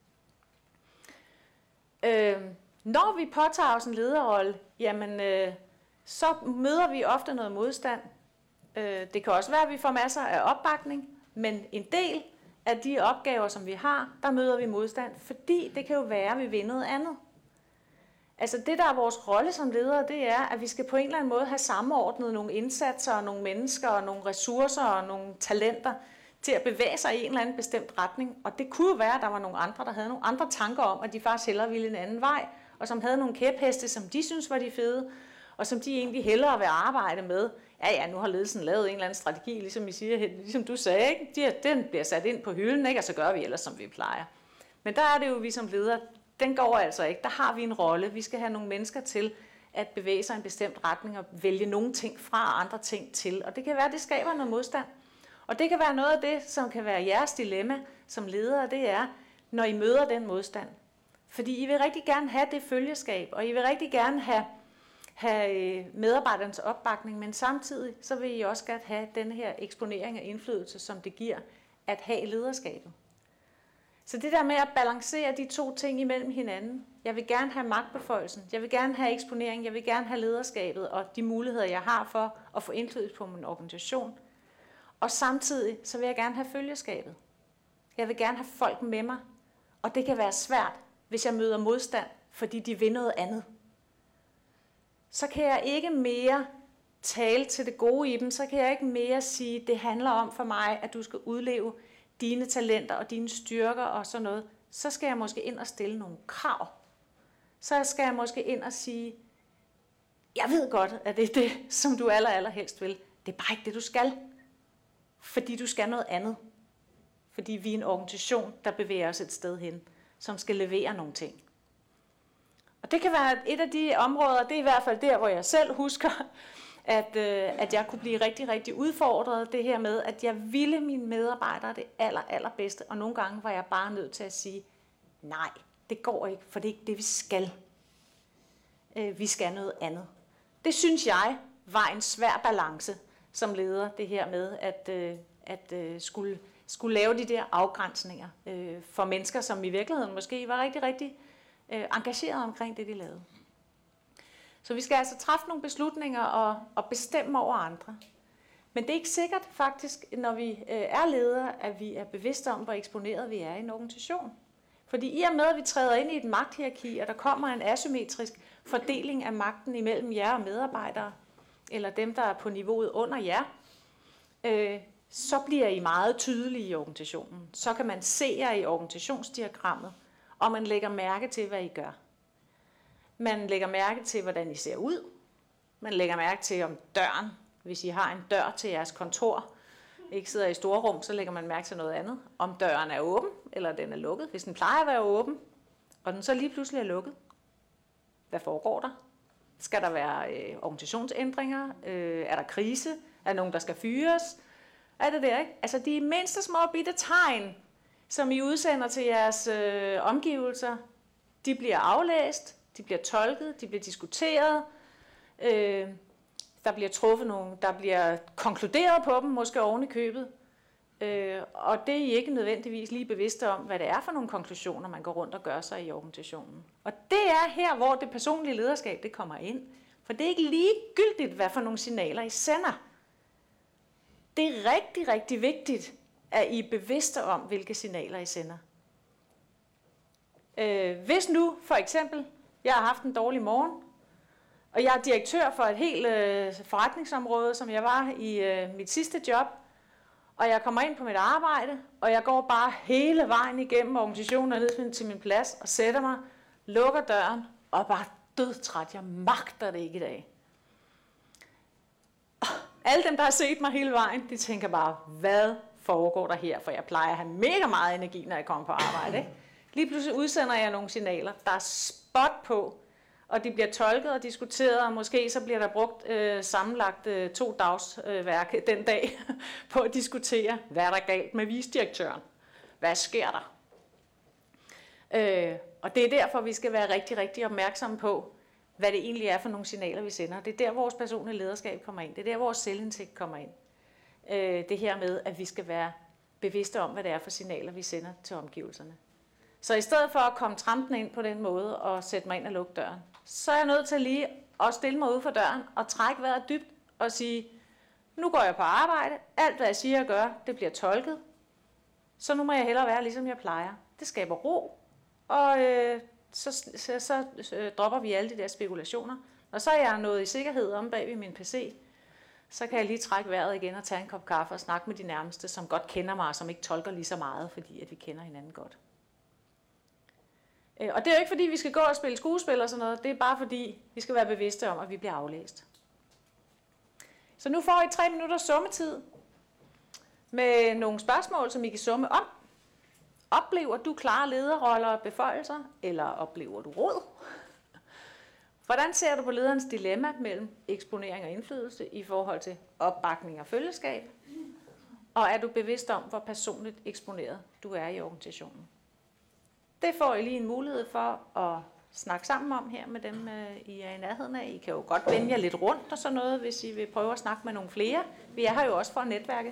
Øh, når vi påtager os en lederrolle, jamen, øh, så møder vi ofte noget modstand. Øh, det kan også være, at vi får masser af opbakning, men en del af de opgaver, som vi har, der møder vi modstand, fordi det kan jo være, at vi vil noget andet. Altså det, der er vores rolle som ledere, det er, at vi skal på en eller anden måde have samordnet nogle indsatser, og nogle mennesker, og nogle ressourcer og nogle talenter til at bevæge sig i en eller anden bestemt retning. Og det kunne jo være, at der var nogle andre, der havde nogle andre tanker om, at de faktisk hellere ville en anden vej, og som havde nogle kæpheste, som de synes var de fede, og som de egentlig hellere vil arbejde med. Ja, ja, nu har ledelsen lavet en eller anden strategi, ligesom I siger, ligesom du sagde, ikke? De, den bliver sat ind på hylden, ikke? Og så gør vi ellers, som vi plejer. Men der er det jo, vi som ledere, den går altså ikke. Der har vi en rolle. Vi skal have nogle mennesker til at bevæge sig i en bestemt retning og vælge nogle ting fra og andre ting til. Og det kan være, at det skaber noget modstand. Og det kan være noget af det, som kan være jeres dilemma som ledere, det er, når I møder den modstand. Fordi I vil rigtig gerne have det følgeskab, og I vil rigtig gerne have, have medarbejdernes opbakning, men samtidig så vil I også gerne have den her eksponering af indflydelse, som det giver at have lederskabet. Så det der med at balancere de to ting imellem hinanden. Jeg vil gerne have magtbeføjelsen, jeg vil gerne have eksponering, jeg vil gerne have lederskabet og de muligheder, jeg har for at få indflydelse på min organisation. Og samtidig så vil jeg gerne have følgeskabet. Jeg vil gerne have folk med mig, og det kan være svært, hvis jeg møder modstand, fordi de vil noget andet. Så kan jeg ikke mere tale til det gode i dem, så kan jeg ikke mere sige, det handler om for mig, at du skal udleve dine talenter og dine styrker og sådan noget. Så skal jeg måske ind og stille nogle krav. Så skal jeg måske ind og sige, jeg ved godt, at det er det, som du aller, aller helst vil. Det er bare ikke det, du skal. Fordi du skal noget andet. Fordi vi er en organisation, der bevæger os et sted hen, som skal levere nogle ting. Og det kan være et af de områder, det er i hvert fald der, hvor jeg selv husker, at, øh, at jeg kunne blive rigtig, rigtig udfordret. Det her med, at jeg ville mine medarbejdere det aller, allerbedste. Og nogle gange var jeg bare nødt til at sige, nej, det går ikke, for det er ikke det, vi skal. Øh, vi skal noget andet. Det synes jeg var en svær balance som leder, det her med at, øh, at øh, skulle, skulle lave de der afgrænsninger øh, for mennesker, som i virkeligheden måske var rigtig, rigtig øh, engageret omkring det, de lavede. Så vi skal altså træffe nogle beslutninger og, og bestemme over andre. Men det er ikke sikkert faktisk, når vi øh, er ledere, at vi er bevidste om, hvor eksponeret vi er i en organisation. Fordi i og med, at vi træder ind i et magthierarki, og der kommer en asymmetrisk fordeling af magten imellem jer og medarbejdere, eller dem, der er på niveauet under jer, øh, så bliver I meget tydelige i organisationen. Så kan man se jer i organisationsdiagrammet, og man lægger mærke til, hvad I gør. Man lægger mærke til, hvordan I ser ud. Man lægger mærke til, om døren, hvis I har en dør til jeres kontor, ikke sidder i store rum, så lægger man mærke til noget andet. Om døren er åben, eller den er lukket. Hvis den plejer at være åben, og den så lige pludselig er lukket, hvad foregår der? Skal der være øh, organisationsændringer? Øh, er der krise? Er der nogen, der skal fyres? Er det der, ikke? Altså de mindste små bitte tegn, som I udsender til jeres øh, omgivelser, de bliver aflæst, de bliver tolket, de bliver diskuteret, øh, der bliver truffet nogle, der bliver konkluderet på dem, måske oven i købet. Øh, og det er I ikke nødvendigvis lige bevidste om, hvad det er for nogle konklusioner, man går rundt og gør sig i organisationen. Og det er her, hvor det personlige lederskab det kommer ind. For det er ikke ligegyldigt, hvad for nogle signaler I sender. Det er rigtig, rigtig vigtigt, at I er bevidste om, hvilke signaler I sender. Øh, hvis nu, for eksempel, jeg har haft en dårlig morgen, og jeg er direktør for et helt øh, forretningsområde, som jeg var i øh, mit sidste job, og jeg kommer ind på mit arbejde, og jeg går bare hele vejen igennem organisationen og ned til min plads og sætter mig, lukker døren og er bare dødtræt. Jeg magter det ikke i dag. Alle dem, der har set mig hele vejen, de tænker bare, hvad foregår der her? For jeg plejer at have mega meget energi, når jeg kommer på arbejde. Ikke? Lige pludselig udsender jeg nogle signaler, der er spot på, og de bliver tolket og diskuteret, og måske så bliver der brugt øh, sammenlagt øh, to dagsværk øh, den dag på at diskutere, hvad er der galt med vicedirektøren? Hvad sker der? Øh, og det er derfor, vi skal være rigtig, rigtig opmærksomme på, hvad det egentlig er for nogle signaler, vi sender. Det er der, vores personlige lederskab kommer ind. Det er der, vores selvindsigt kommer ind. Øh, det her med, at vi skal være bevidste om, hvad det er for signaler, vi sender til omgivelserne. Så i stedet for at komme trampende ind på den måde og sætte mig ind og lukke døren, så er jeg nødt til lige at stille mig ud for døren og trække vejret dybt og sige, nu går jeg på arbejde, alt hvad jeg siger og gør, det bliver tolket, så nu må jeg hellere være, ligesom jeg plejer. Det skaber ro, og øh, så, så, så øh, dropper vi alle de der spekulationer. Og så er jeg nået i sikkerhed om bag ved min P C, så kan jeg lige trække vejret igen og tage en kop kaffe og snakke med de nærmeste, som godt kender mig og som ikke tolker lige så meget, fordi at vi kender hinanden godt. Og det er jo ikke fordi, vi skal gå og spille skuespil og sådan noget. Det er bare fordi, vi skal være bevidste om, at vi bliver aflæst. Så nu får I tre minutter summetid med nogle spørgsmål, som I kan summe om. Oplever du klare lederroller og beføjelser, eller oplever du råd? Hvordan ser du på lederens dilemma mellem eksponering og indflydelse i forhold til opbakning og følgeskab? Og er du bevidst om, hvor personligt eksponeret du er i organisationen? Det får I lige en mulighed for at snakke sammen om her med dem, I er i nærheden af. I kan jo godt vende jer lidt rundt og sådan noget, hvis I vil prøve at snakke med nogle flere. Vi er her jo også for at netværke.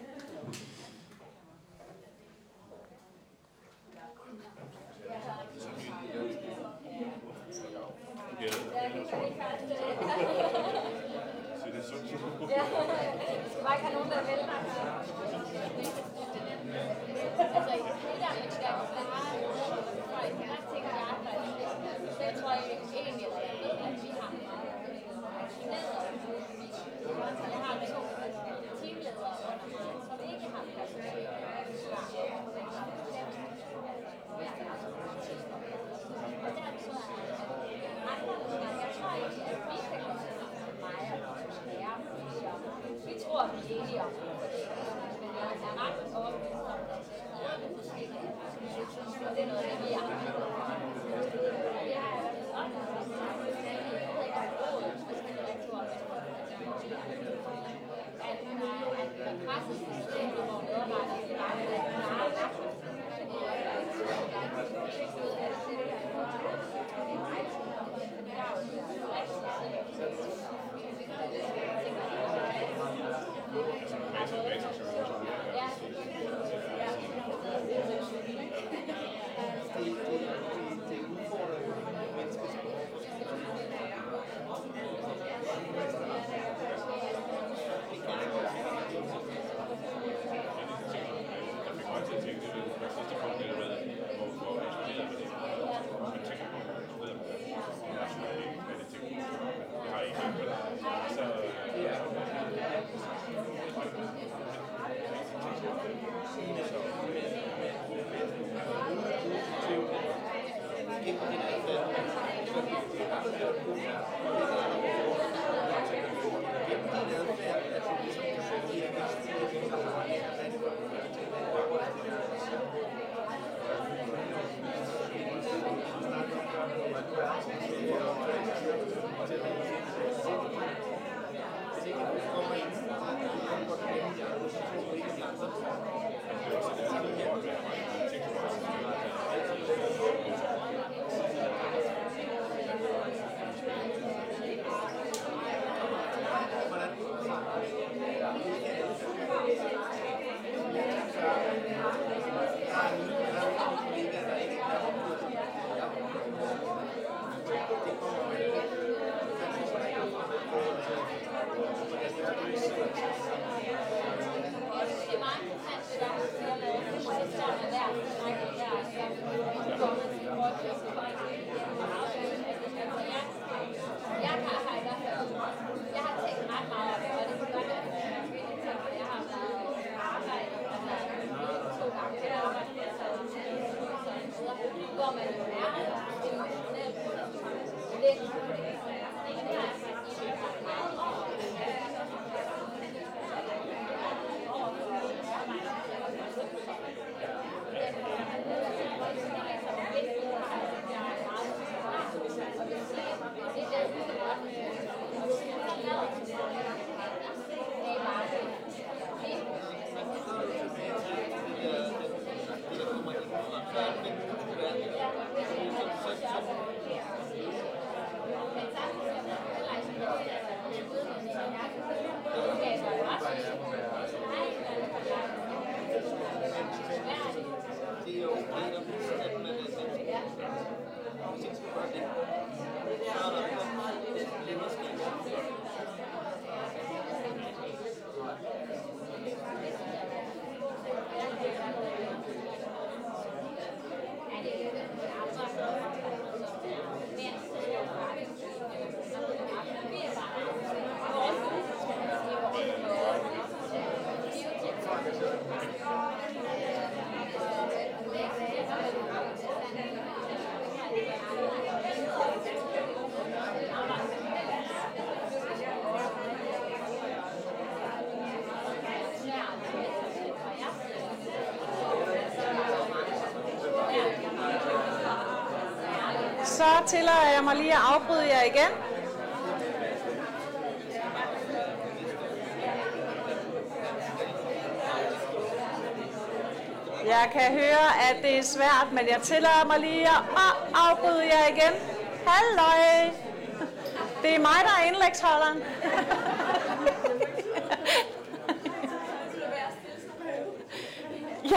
Hvordan Så tillader jeg mig lige at afbryde jer igen. Jeg kan høre, at det er svært, men jeg tillader mig lige at afbryde jer igen. Halløj! Det er mig, der er indlægsholderen. Ja.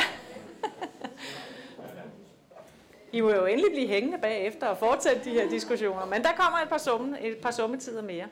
I må jo endelig blive hængende bagefter og fortsætte de her diskussioner, men der kommer et par, summe, et par summetider mere.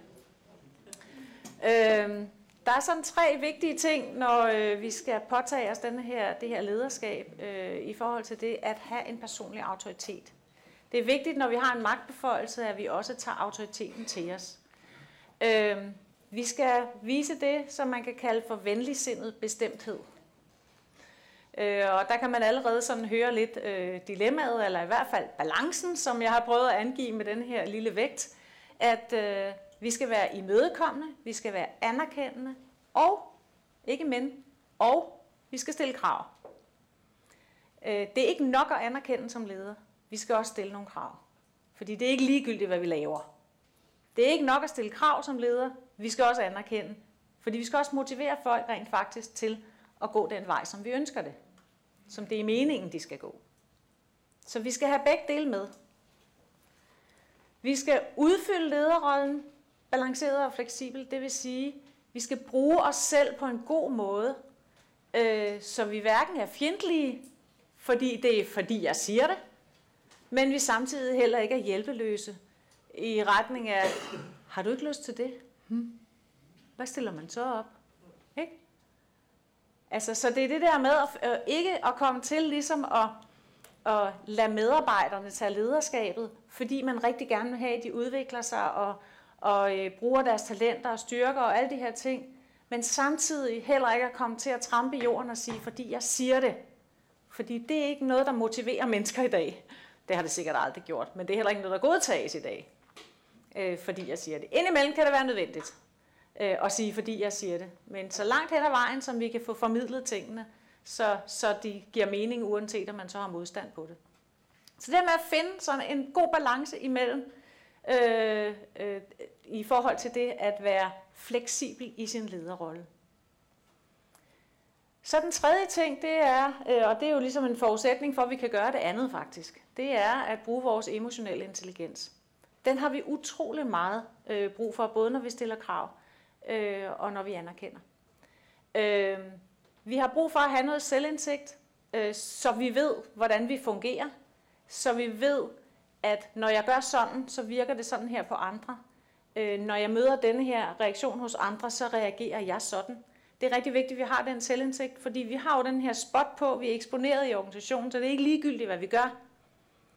Øhm, der er sådan tre vigtige ting, når øh, vi skal påtage os denne her, det her lederskab øh, i forhold til det at have en personlig autoritet. Det er vigtigt, når vi har en magtbeføjelse, at vi også tager autoriteten til os. Øhm, vi skal vise det, som man kan kalde for venligsindet bestemthed. Øh, og der kan man allerede sådan høre lidt øh, dilemmaet, eller i hvert fald balancen, som jeg har prøvet at angive med den her lille vægt, at øh, vi skal være imødekommende, vi skal være anerkendende, og, ikke men, og vi skal stille krav. Øh, det er ikke nok at anerkende som leder, vi skal også stille nogle krav. Fordi det er ikke ligegyldigt, hvad vi laver. Det er ikke nok at stille krav som leder, vi skal også anerkende, fordi vi skal også motivere folk rent faktisk til at gå den vej, som vi ønsker det. Som det er meningen, de skal gå. Så vi skal have begge dele med. Vi skal udfylde lederrollen balanceret og fleksibel, det vil sige, vi skal bruge os selv på en god måde, øh, så vi hverken er fjendtlige, fordi det er fordi jeg siger det, men vi samtidig heller ikke er hjælpeløse i retning af, har du ikke lyst til det? Hmm. Hvad stiller man så op? Ikke? Altså, så det er det der med at, øh, ikke at komme til ligesom at, at lade medarbejderne tage lederskabet, fordi man rigtig gerne vil have, at de udvikler sig og, og øh, bruger deres talenter og styrker og alle de her ting, men samtidig heller ikke at komme til at trampe i jorden og sige, fordi jeg siger det. Fordi det er ikke noget, der motiverer mennesker i dag. Det har det sikkert aldrig gjort, men det er heller ikke noget, der godtages i dag, øh, fordi jeg siger det. Indimellem kan det være nødvendigt øh, at sige, fordi jeg siger det. Men så langt hen ad vejen, som vi kan få formidlet tingene, så, så de giver mening, uanset om man så har modstand på det. Så det med at finde sådan en god balance imellem, øh, øh, i forhold til det at være fleksibel i sin lederrolle. Så den tredje ting, det er, øh, og det er jo ligesom en forudsætning for, at vi kan gøre det andet faktisk, det er at bruge vores emotionelle intelligens. Den har vi utrolig meget øh, brug for, både når vi stiller krav øh, og når vi anerkender. Øh, vi har brug for at have noget selvindsigt, øh, så vi ved, hvordan vi fungerer, så vi ved, at når jeg gør sådan, så virker det sådan her på andre. Øh, når jeg møder denne her reaktion hos andre, så reagerer jeg sådan. Det er rigtig vigtigt, at vi har den selvindsigt, fordi vi har jo den her spot på, vi er eksponeret i organisationen, så det er ikke ligegyldigt, hvad vi gør.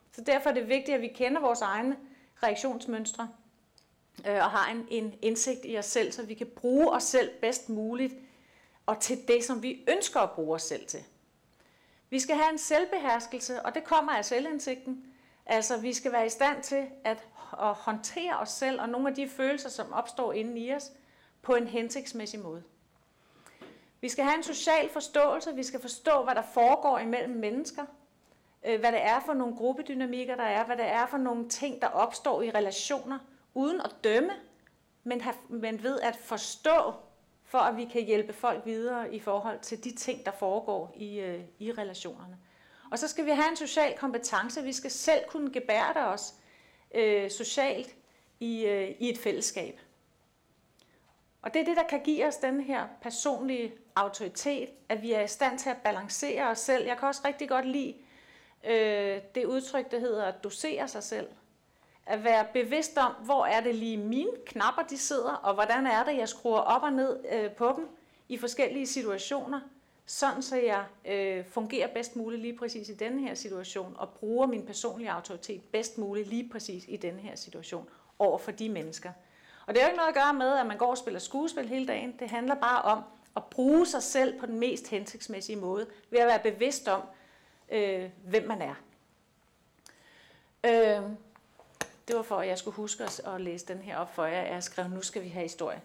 Så derfor er det vigtigt, at vi kender vores egne reaktionsmønstre øh, og har en, en indsigt i os selv, så vi kan bruge os selv bedst muligt og til det, som vi ønsker at bruge os selv til. Vi skal have en selvbeherskelse, og det kommer af selvindsigten. Altså, vi skal være i stand til at, at håndtere os selv og nogle af de følelser, som opstår inde i os, på en hensigtsmæssig måde. Vi skal have en social forståelse, vi skal forstå, hvad der foregår imellem mennesker, hvad det er for nogle gruppedynamikker, der er, hvad det er for nogle ting, der opstår i relationer, uden at dømme, men, have, men ved at forstå, for at vi kan hjælpe folk videre i forhold til de ting, der foregår i, øh, i relationerne. Og så skal vi have en social kompetence. Vi skal selv kunne gebærde os øh, socialt i, øh, i et fællesskab. Og det er det, der kan give os den her personlige autoritet, at vi er i stand til at balancere os selv. Jeg kan også rigtig godt lide øh, det udtryk, der hedder at dosere sig selv. At være bevidst om, hvor er det lige mine knapper, de sidder, og hvordan er det, jeg skruer op og ned øh, på dem i forskellige situationer, sådan så jeg øh, fungerer bedst muligt lige præcis i denne her situation, og bruger min personlige autoritet bedst muligt lige præcis i denne her situation over for de mennesker. Og det er jo ikke noget at gøre med, at man går og spiller skuespil hele dagen. Det handler bare om at bruge sig selv på den mest hensigtsmæssige måde, ved at være bevidst om, øh, hvem man er. Øh, Det var for, at jeg skulle huske at læse den her op for jer. Jeg har skrevet, nu skal vi have historie.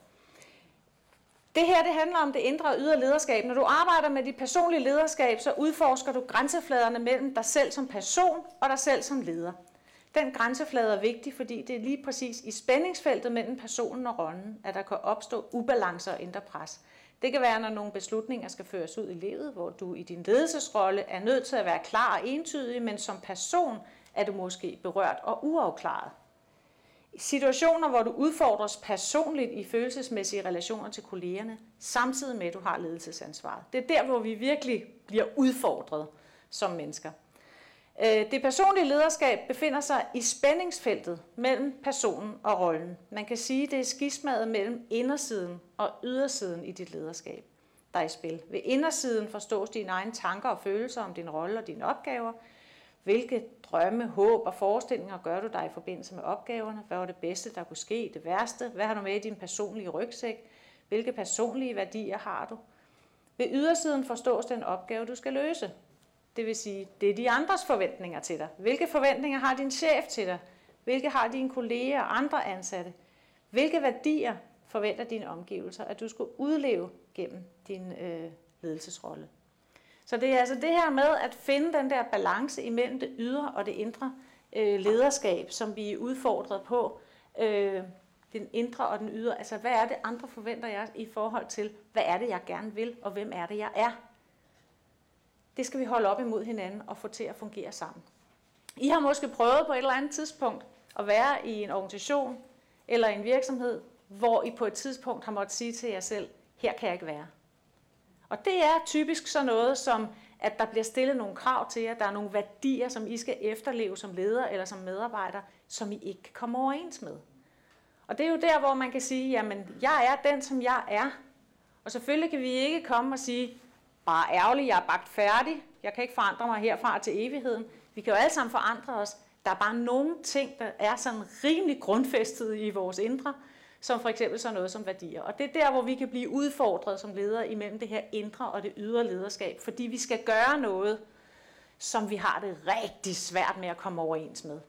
Det her det handler om det indre og ydre lederskab. Når du arbejder med dit personlige lederskab, så udforsker du grænsefladerne mellem dig selv som person og dig selv som leder. Den grænseflade er vigtig, fordi det er lige præcis i spændingsfeltet mellem personen og rollen, at der kan opstå ubalancer og indre pres. Det kan være, når nogle beslutninger skal føres ud i livet, hvor du i din ledelsesrolle er nødt til at være klar og entydig, men som person er du måske berørt og uafklaret. I situationer, hvor du udfordres personligt i følelsesmæssige relationer til kollegerne, samtidig med, at du har ledelsesansvaret. Det er der, hvor vi virkelig bliver udfordret som mennesker. Det personlige lederskab befinder sig i spændingsfeltet mellem personen og rollen. Man kan sige, at det er skismaet mellem indersiden og ydersiden i dit lederskab, der er i spil. Ved indersiden forstås dine egne tanker og følelser om din rolle og dine opgaver. Hvilke drømme, håb og forestillinger gør du dig i forbindelse med opgaverne? Hvad var det bedste, der kunne ske? Det værste? Hvad har du med i din personlige rygsæk? Hvilke personlige værdier har du? Ved ydersiden forstås den opgave, du skal løse. Det vil sige, det er de andres forventninger til dig. Hvilke forventninger har din chef til dig? Hvilke har dine kolleger og andre ansatte? Hvilke værdier forventer dine omgivelser, at du skal udleve gennem din øh, ledelsesrolle? Så det er altså det her med at finde den der balance imellem det ydre og det indre øh, lederskab, som vi er udfordret på. Øh, den indre og den ydre. Altså, hvad er det, andre forventer jeg i forhold til, hvad er det, jeg gerne vil, og hvem er det, jeg er? Det skal vi holde op imod hinanden og få til at fungere sammen. I har måske prøvet på et eller andet tidspunkt at være i en organisation eller en virksomhed, hvor I på et tidspunkt har måttet sige til jer selv, her kan jeg ikke være. Og det er typisk sådan noget som, at der bliver stillet nogle krav til jer, der er nogle værdier, som I skal efterleve som leder eller som medarbejder, som I ikke kan komme overens med. Og det er jo der, hvor man kan sige, jamen, jeg er den, som jeg er. Og selvfølgelig kan vi ikke komme og sige, bare ærgerligt, jeg er bagt færdig, jeg kan ikke forandre mig herfra til evigheden. Vi kan jo alle sammen forandre os. Der er bare nogle ting, der er sådan rimelig grundfæstet i vores indre, som for eksempel sådan noget som værdier. Og det er der, hvor vi kan blive udfordret som ledere imellem det her indre og det ydre lederskab, fordi vi skal gøre noget, som vi har det rigtig svært med at komme overens med.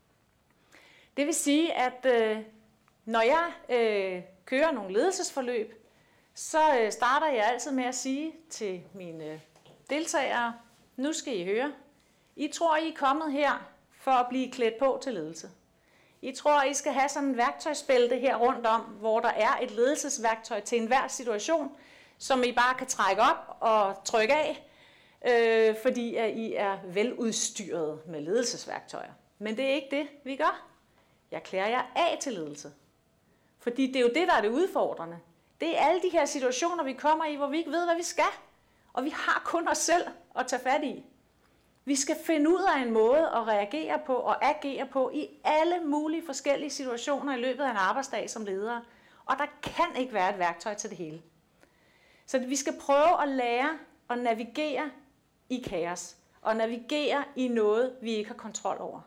Det vil sige, at øh, når jeg øh, kører nogle ledelsesforløb, så øh, starter jeg altid med at sige til mine deltagere, nu skal I høre, I tror, I er kommet her for at blive klædt på til ledelse. I tror, I skal have sådan en værktøjsbælte her rundt om, hvor der er et ledelsesværktøj til enhver situation, som I bare kan trække op og trykke af, øh, fordi at I er veludstyret med ledelsesværktøjer. Men det er ikke det, vi gør. Jeg klæder jer af til ledelse. Fordi det er jo det, der er det udfordrende. Det er alle de her situationer, vi kommer i, hvor vi ikke ved, hvad vi skal. Og vi har kun os selv at tage fat i. Vi skal finde ud af en måde at reagere på og agere på i alle mulige forskellige situationer i løbet af en arbejdsdag som ledere. Og der kan ikke være et værktøj til det hele. Så vi skal prøve at lære at navigere i kaos. og navigere i noget, vi ikke har kontrol over.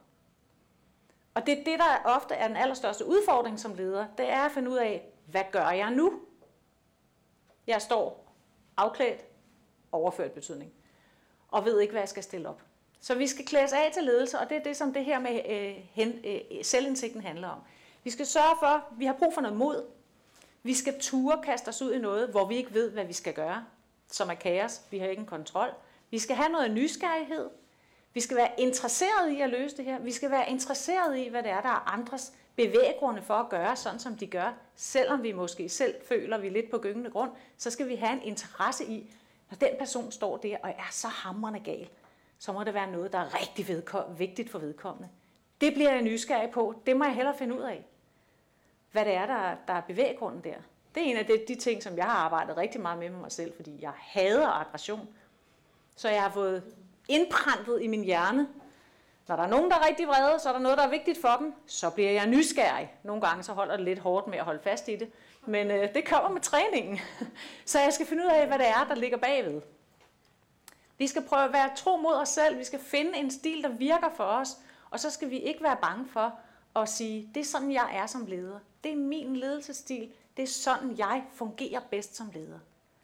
Og det er det, der ofte er den allerstørste udfordring som leder, det er at finde ud af, hvad gør jeg nu? Jeg står afklædt, overført betydning, og ved ikke, hvad jeg skal stille op. Så vi skal klædes af til ledelse, og det er det, som det her med øh, hen, øh, selvindsigten handler om. Vi skal sørge for, at vi har brug for noget mod. Vi skal ture kaste os ud i noget, hvor vi ikke ved, hvad vi skal gøre, som er kaos. Vi har ikke en kontrol. Vi skal have noget nysgerrighed. Vi skal være interesseret i at løse det her. Vi skal være interesseret i, hvad det er, der er andres bevæggrunde for at gøre, sådan som de gør. Selvom vi måske selv føler, vi er lidt på gyngende grund, så skal vi have en interesse i, når den person står der og er så hamrende gal, så må det være noget, der er rigtig vedkom- vigtigt for vedkommende. Det bliver jeg nysgerrig på. Det må jeg hellere finde ud af. Hvad det er, der, der er bevæggrunden der. Det er en af de, de ting, som jeg har arbejdet rigtig meget med mig selv, fordi jeg hader aggression. Så jeg har fået indprentet i min hjerne. Når der er nogen, der er rigtig vrede, så er der noget, der er vigtigt for dem, så bliver jeg nysgerrig. Nogle gange så holder det lidt hårdt med at holde fast i det, men øh, det kommer med træningen. Så jeg skal finde ud af, hvad det er, der ligger bagved. Vi skal prøve at være tro mod os selv. Vi skal finde en stil, der virker for os, og så skal vi ikke være bange for at sige, det er sådan, jeg er som leder. Det er min ledelsesstil. Det er sådan, jeg fungerer bedst som leder.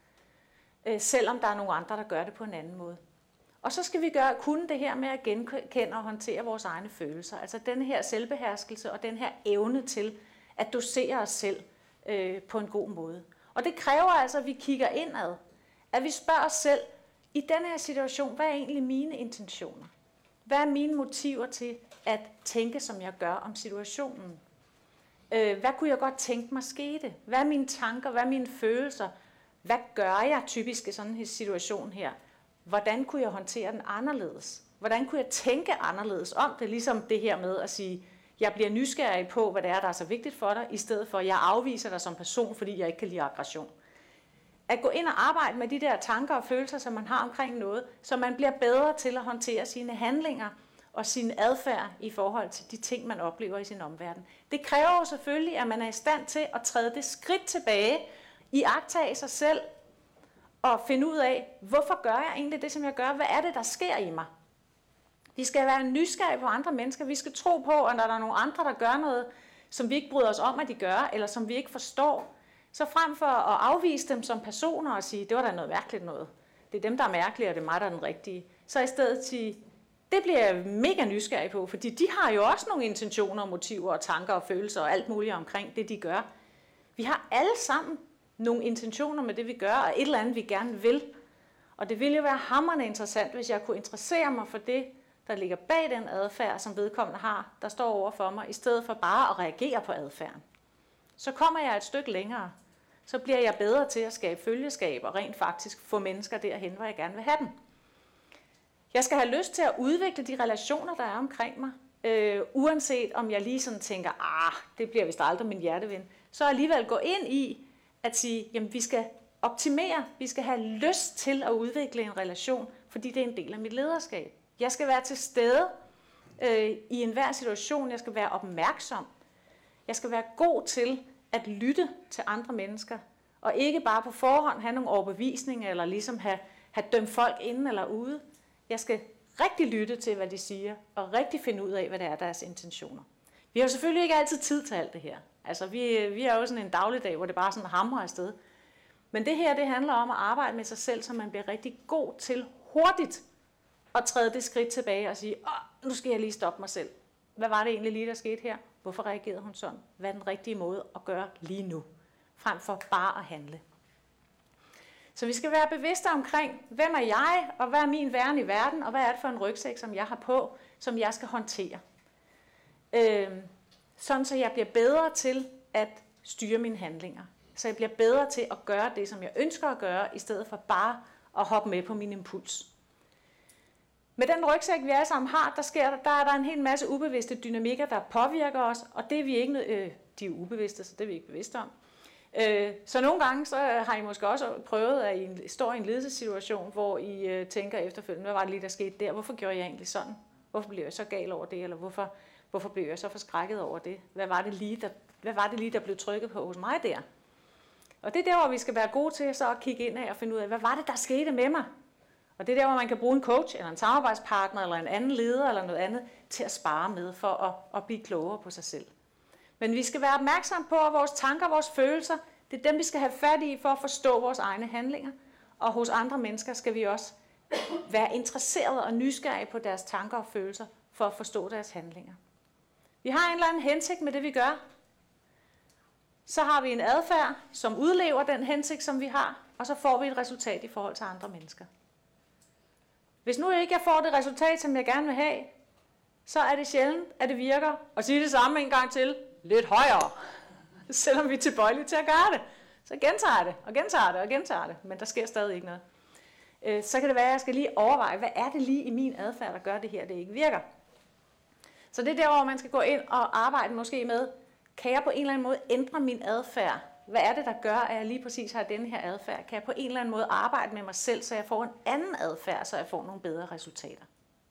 Øh, selvom der er nogle andre, der gør det på en anden måde. Og så skal vi gøre, kunne det her med at genkende og håndtere vores egne følelser. Altså den her selvbeherskelse og den her evne til at dosere os selv øh, på en god måde. Og det kræver altså, at vi kigger indad. At vi spørger os selv, i denne her situation, hvad er egentlig mine intentioner? Hvad er mine motiver til at tænke, som jeg gør om situationen? Øh, hvad kunne jeg godt tænke mig skete? Hvad er mine tanker? Hvad er mine følelser? Hvad gør jeg typisk i sådan en situation her? Hvordan kunne jeg håndtere den anderledes? Hvordan kunne jeg tænke anderledes om det? Ligesom det her med at sige, jeg bliver nysgerrig på, hvad det er, der er så vigtigt for dig, i stedet for, at jeg afviser dig som person, fordi jeg ikke kan lide aggression. At gå ind og arbejde med de der tanker og følelser, som man har omkring noget, så man bliver bedre til at håndtere sine handlinger og sin adfærd i forhold til de ting, man oplever i sin omverden. Det kræver jo selvfølgelig, at man er i stand til at træde det skridt tilbage, iagttage sig selv og finde ud af, hvorfor gør jeg egentlig det, som jeg gør? Hvad er det, der sker i mig? Vi skal være nysgerrige på andre mennesker. Vi skal tro på, at når der er nogle andre, der gør noget, som vi ikke bryder os om, at de gør, eller som vi ikke forstår, så frem for at afvise dem som personer og sige, det var da noget mærkeligt noget. Det er dem, der er mærkelige, og det er mig, der er den rigtige. Så i stedet sige, det bliver jeg mega nysgerrig på, fordi de har jo også nogle intentioner, motiver og tanker og følelser og alt muligt omkring det, de gør. Vi har alle sammen nogle intentioner med det, vi gør, og et eller andet, vi gerne vil. Og det ville jo være hamrende interessant, hvis jeg kunne interessere mig for det, der ligger bag den adfærd, som vedkommende har, der står over for mig, i stedet for bare at reagere på adfærden. Så kommer jeg et stykke længere, så bliver jeg bedre til at skabe følgeskab og rent faktisk få mennesker derhen, hvor jeg gerne vil have dem. Jeg skal have lyst til at udvikle de relationer, der er omkring mig, øh, uanset om jeg lige sådan tænker, ah, det bliver vist aldrig min hjerteven, så alligevel gå ind i at sige, jamen vi skal optimere, vi skal have lyst til at udvikle en relation, fordi det er en del af mit lederskab. Jeg skal være til stede øh, i enhver situation, jeg skal være opmærksom. Jeg skal være god til at lytte til andre mennesker, og ikke bare på forhånd have nogle overbevisninger, eller ligesom have, have dømt folk inde eller ude. Jeg skal rigtig lytte til, hvad de siger, og rigtig finde ud af, hvad det er, deres intentioner. Vi har jo selvfølgelig ikke altid tid til alt det her. Altså, vi, vi er jo sådan en dagligdag, hvor det bare sådan hamrer afsted. Men det her, det handler om at arbejde med sig selv, så man bliver rigtig god til hurtigt at træde det skridt tilbage og sige, åh, nu skal jeg lige stoppe mig selv. Hvad var det egentlig lige, der skete her? Hvorfor reagerede hun sådan? Hvad er den rigtige måde at gøre lige nu? Frem for bare at handle. Så vi skal være bevidste omkring, hvem er jeg, og hvad er min væren i verden, og hvad er det for en rygsæk, som jeg har på, som jeg skal håndtere. Øhm, sådan så jeg bliver bedre til at styre mine handlinger. Så jeg bliver bedre til at gøre det, som jeg ønsker at gøre, i stedet for bare at hoppe med på min impuls. Med den rygsæk, vi alle sammen har, der, sker der, der er der en hel masse ubevidste dynamikker, der påvirker os, og det er vi ikke, øh, de er ubevidste, så det er vi ikke bevidste om. Øh, så nogle gange så har I måske også prøvet, at I står i en ledelsessituation, hvor I øh, tænker efterfølgende, hvad var det lige, der skete der? Hvorfor gjorde jeg egentlig sådan? Hvorfor blev jeg så gal over det? Eller hvorfor, hvorfor blev jeg så forskrækket over det? Hvad var det lige, der, hvad var det lige, der blev trykket på hos mig der? Og det er der, hvor vi skal være gode til så at kigge ind af og finde ud af, hvad var det, der skete med mig? Og det er der, hvor man kan bruge en coach, eller en samarbejdspartner, eller en anden leder, eller noget andet, til at spare med for at, at blive klogere på sig selv. Men vi skal være opmærksomme på, at vores tanker og vores følelser, det er dem, vi skal have fat i for at forstå vores egne handlinger. Og hos andre mennesker skal vi også være interesserede og nysgerrige på deres tanker og følelser for at forstå deres handlinger. Vi har en eller anden hensigt med det, vi gør. Så har vi en adfærd, som udlever den hensigt, som vi har, og så får vi et resultat i forhold til andre mennesker. Hvis nu ikke jeg får det resultat, som jeg gerne vil have, så er det sjældent, at det virker at sige det samme en gang til, lidt højere, selvom vi er tilbøjelige til at gøre det. Så gentager jeg det, og gentager det, og gentager det, men der sker stadig ikke noget. Så kan det være, at jeg skal lige overveje, hvad er det lige i min adfærd, der gør det her, det ikke virker. Så det er der, hvor man skal gå ind og arbejde måske med, kan jeg på en eller anden måde ændre min adfærd? Hvad er det, der gør, at jeg lige præcis har denne her adfærd? Kan jeg på en eller anden måde arbejde med mig selv, så jeg får en anden adfærd, så jeg får nogle bedre resultater?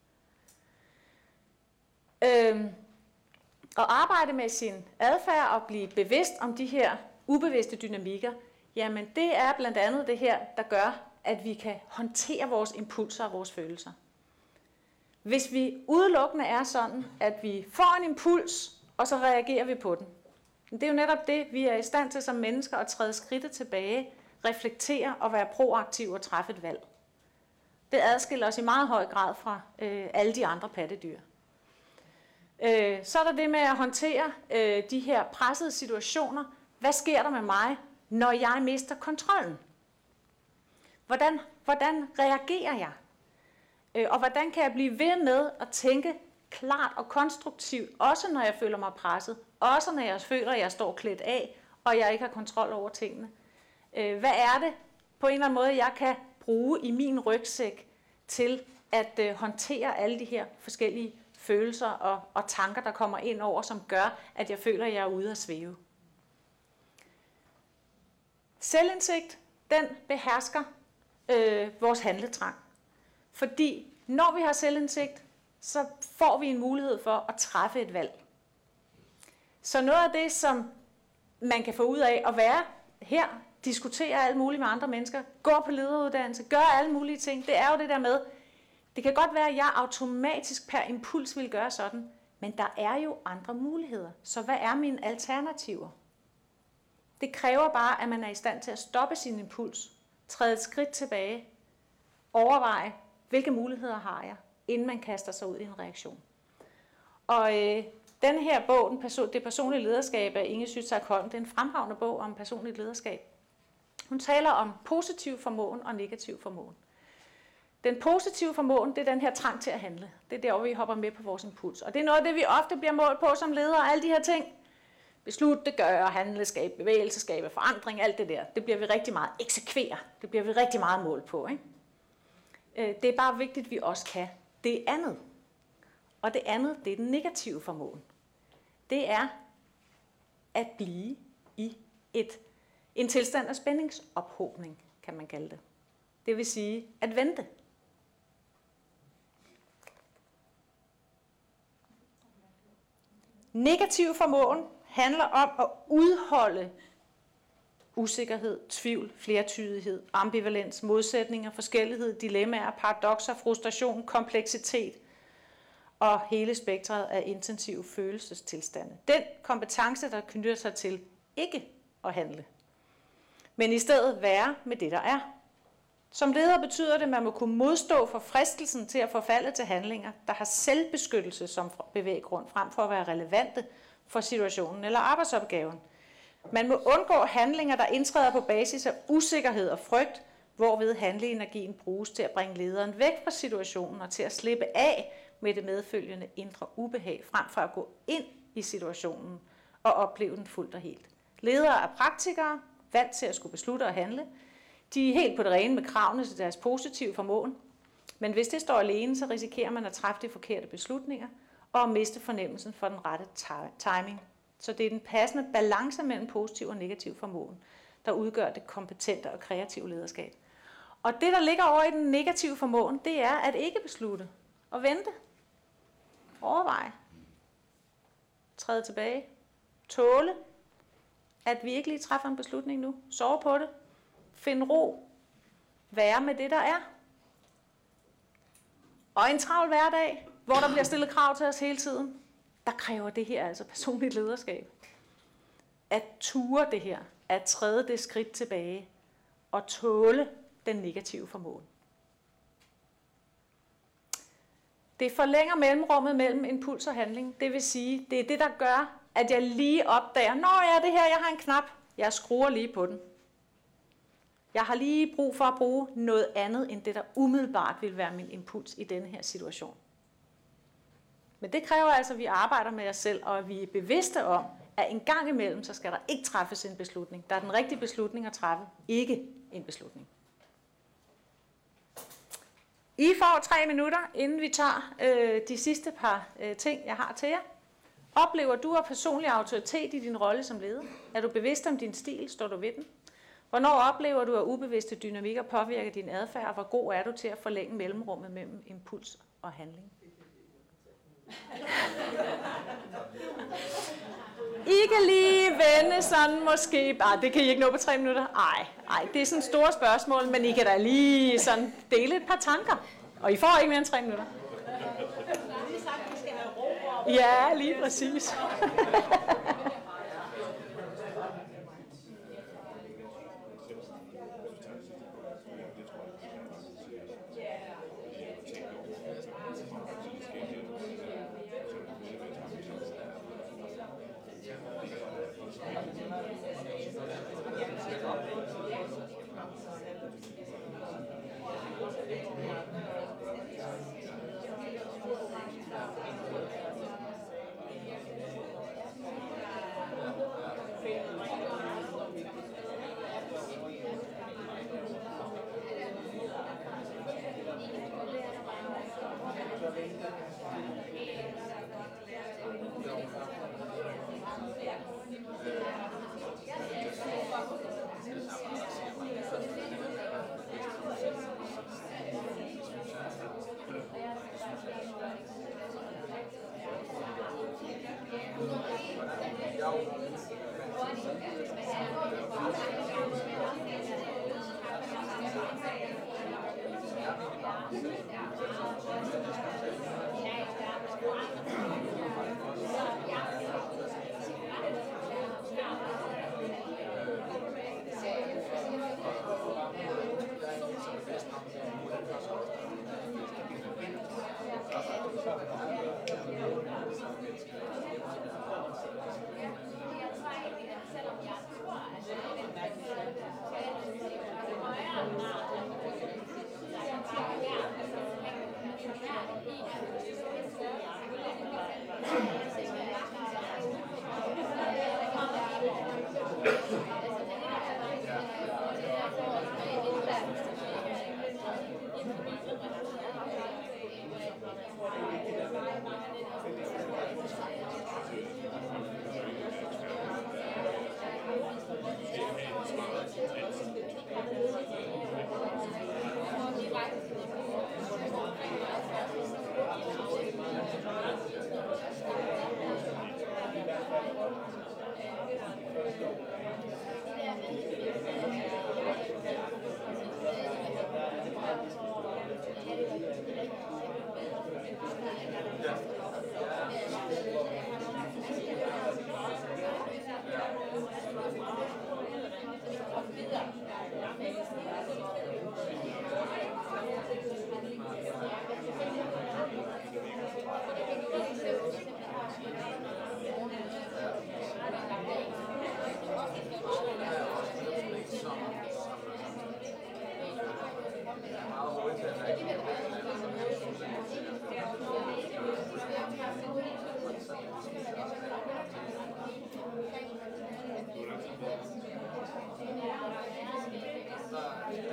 Øhm, at arbejde med sin adfærd og blive bevidst om de her ubevidste dynamikker, jamen det er blandt andet det her, der gør, at vi kan håndtere vores impulser og vores følelser. Hvis vi udelukkende er sådan, at vi får en impuls, og så reagerer vi på den. Det er jo netop det, vi er i stand til som mennesker at træde skridtet tilbage, reflektere og være proaktive og træffe et valg. Det adskiller os i meget høj grad fra øh, alle de andre pattedyr. Øh, så er der det med at håndtere øh, de her pressede situationer. Hvad sker der med mig, når jeg mister kontrollen? Hvordan, hvordan reagerer jeg? Øh, og hvordan kan jeg blive ved med at tænke klart og konstruktivt, også når jeg føler mig presset, også når jeg føler, at jeg står klædt af, og jeg ikke har kontrol over tingene. Øh, hvad er det på en eller anden måde, jeg kan bruge i min rygsæk til at øh, håndtere alle de her forskellige følelser og, og tanker, der kommer ind over, som gør, at jeg føler, at jeg er ude at svæve. Selvindsigt, den behersker øh, vores handletrang. Fordi når vi har selvindsigt, så får vi en mulighed for at træffe et valg. Så noget af det, som man kan få ud af at være her, diskutere alt muligt med andre mennesker, gå på lederuddannelse, gøre alle mulige ting, det er jo det der med, det kan godt være, at jeg automatisk per impuls vil gøre sådan, men der er jo andre muligheder. Så hvad er mine alternativer? Det kræver bare, at man er i stand til at stoppe sin impuls, træde et skridt tilbage, overveje, hvilke muligheder har jeg, inden man kaster sig ud i en reaktion. Og øh, den her bog, den perso- Det personlige lederskab af Inge Sydtak Holm, det er en fremragende bog om personligt lederskab. Hun taler om positiv formåen og negativ formåen. Den positive formåen, det er den her trang til at handle. Det er der, hvor vi hopper med på vores impuls. Og det er noget af det, vi ofte bliver målt på som ledere, alle de her ting. Beslutte, gøre, handle, skabe bevægelse, skabe forandring, alt det der. Det bliver vi rigtig meget eksekvere. Det bliver vi rigtig meget målt på, ikke? Det er bare vigtigt, at vi også kan det andet. Og det andet, det er den negative formåen. Det er at blive i et, en tilstand af spændingsophobning, kan man kalde det. Det vil sige at vente. Negativ formåen handler om at udholde usikkerhed, tvivl, flertydighed, ambivalens, modsætninger, forskellighed, dilemmaer, paradokser, frustration, kompleksitet og hele spektret af intensive følelsestilstande. Den kompetence, der knytter sig til ikke at handle, men i stedet være med det, der er. Som leder betyder det, at man må kunne modstå for fristelsen til at forfalde til handlinger, der har selvbeskyttelse som bevæggrund, frem for at være relevante for situationen eller arbejdsopgaven. Man må undgå handlinger, der indtræder på basis af usikkerhed og frygt, hvorved handleenergien bruges til at bringe lederen væk fra situationen og til at slippe af med det medfølgende indre ubehag, frem for at gå ind i situationen og opleve den fuldt og helt. Ledere er praktikere, vant til at skulle beslutte og handle. De er helt på det rene med kravene til deres positive formåen, men hvis det står alene, så risikerer man at træffe de forkerte beslutninger og at miste fornemmelsen for den rette timing. Så det er den passende balance mellem positiv og negativ formåen, der udgør det kompetente og kreative lederskab. Og det, der ligger over i den negative formåen, det er at ikke beslutte og vente. Overveje. Træde tilbage. Tåle, at vi ikke lige træffer en beslutning nu. Sove på det. Finde ro. Være med det, der er. Og en travl hverdag, hvor der bliver stillet krav til os hele tiden, der kræver det her altså personligt lederskab. At ture det her, at træde det skridt tilbage, og tåle den negative formåen. Det forlænger mellemrummet mellem impuls og handling. Det vil sige, det er det, der gør, at jeg lige opdager, nå ja, det her, jeg har en knap, jeg skruer lige på den. Jeg har lige brug for at bruge noget andet, end det, der umiddelbart vil være min impuls i denne her situation. Men det kræver altså, at vi arbejder med os selv, og at vi er bevidste om, at en gang imellem, så skal der ikke træffes en beslutning. Der er den rigtige beslutning at træffe, ikke en beslutning. I får tre minutter, inden vi tager øh, de sidste par øh, ting, jeg har til jer. Oplever du at personlig autoritet i din rolle som leder? Er du bevidst om din stil? Står du ved den? Hvornår oplever du, at ubevidste dynamikker påvirker din adfærd, og hvor god er du til at forlænge mellemrummet mellem impuls og handling? I kan lige vende sådan måske, ah, det kan I ikke nå på tre minutter. Ej, ej, det er sådan store spørgsmål, men I kan da lige sådan dele et par tanker. Og I får ikke mere end tre minutter. Ja, lige præcis. Thank you.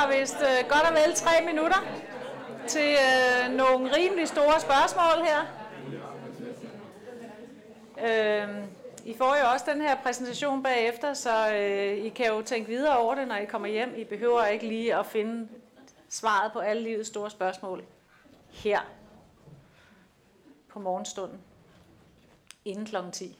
har vist øh, godt og vel tre minutter til øh, nogle rimelig store spørgsmål her. Øh, I får jo også den her præsentation bagefter, så øh, I kan jo tænke videre over det, når I kommer hjem. I behøver ikke lige at finde svaret på alle livets store spørgsmål her på morgenstunden inden klokken ti.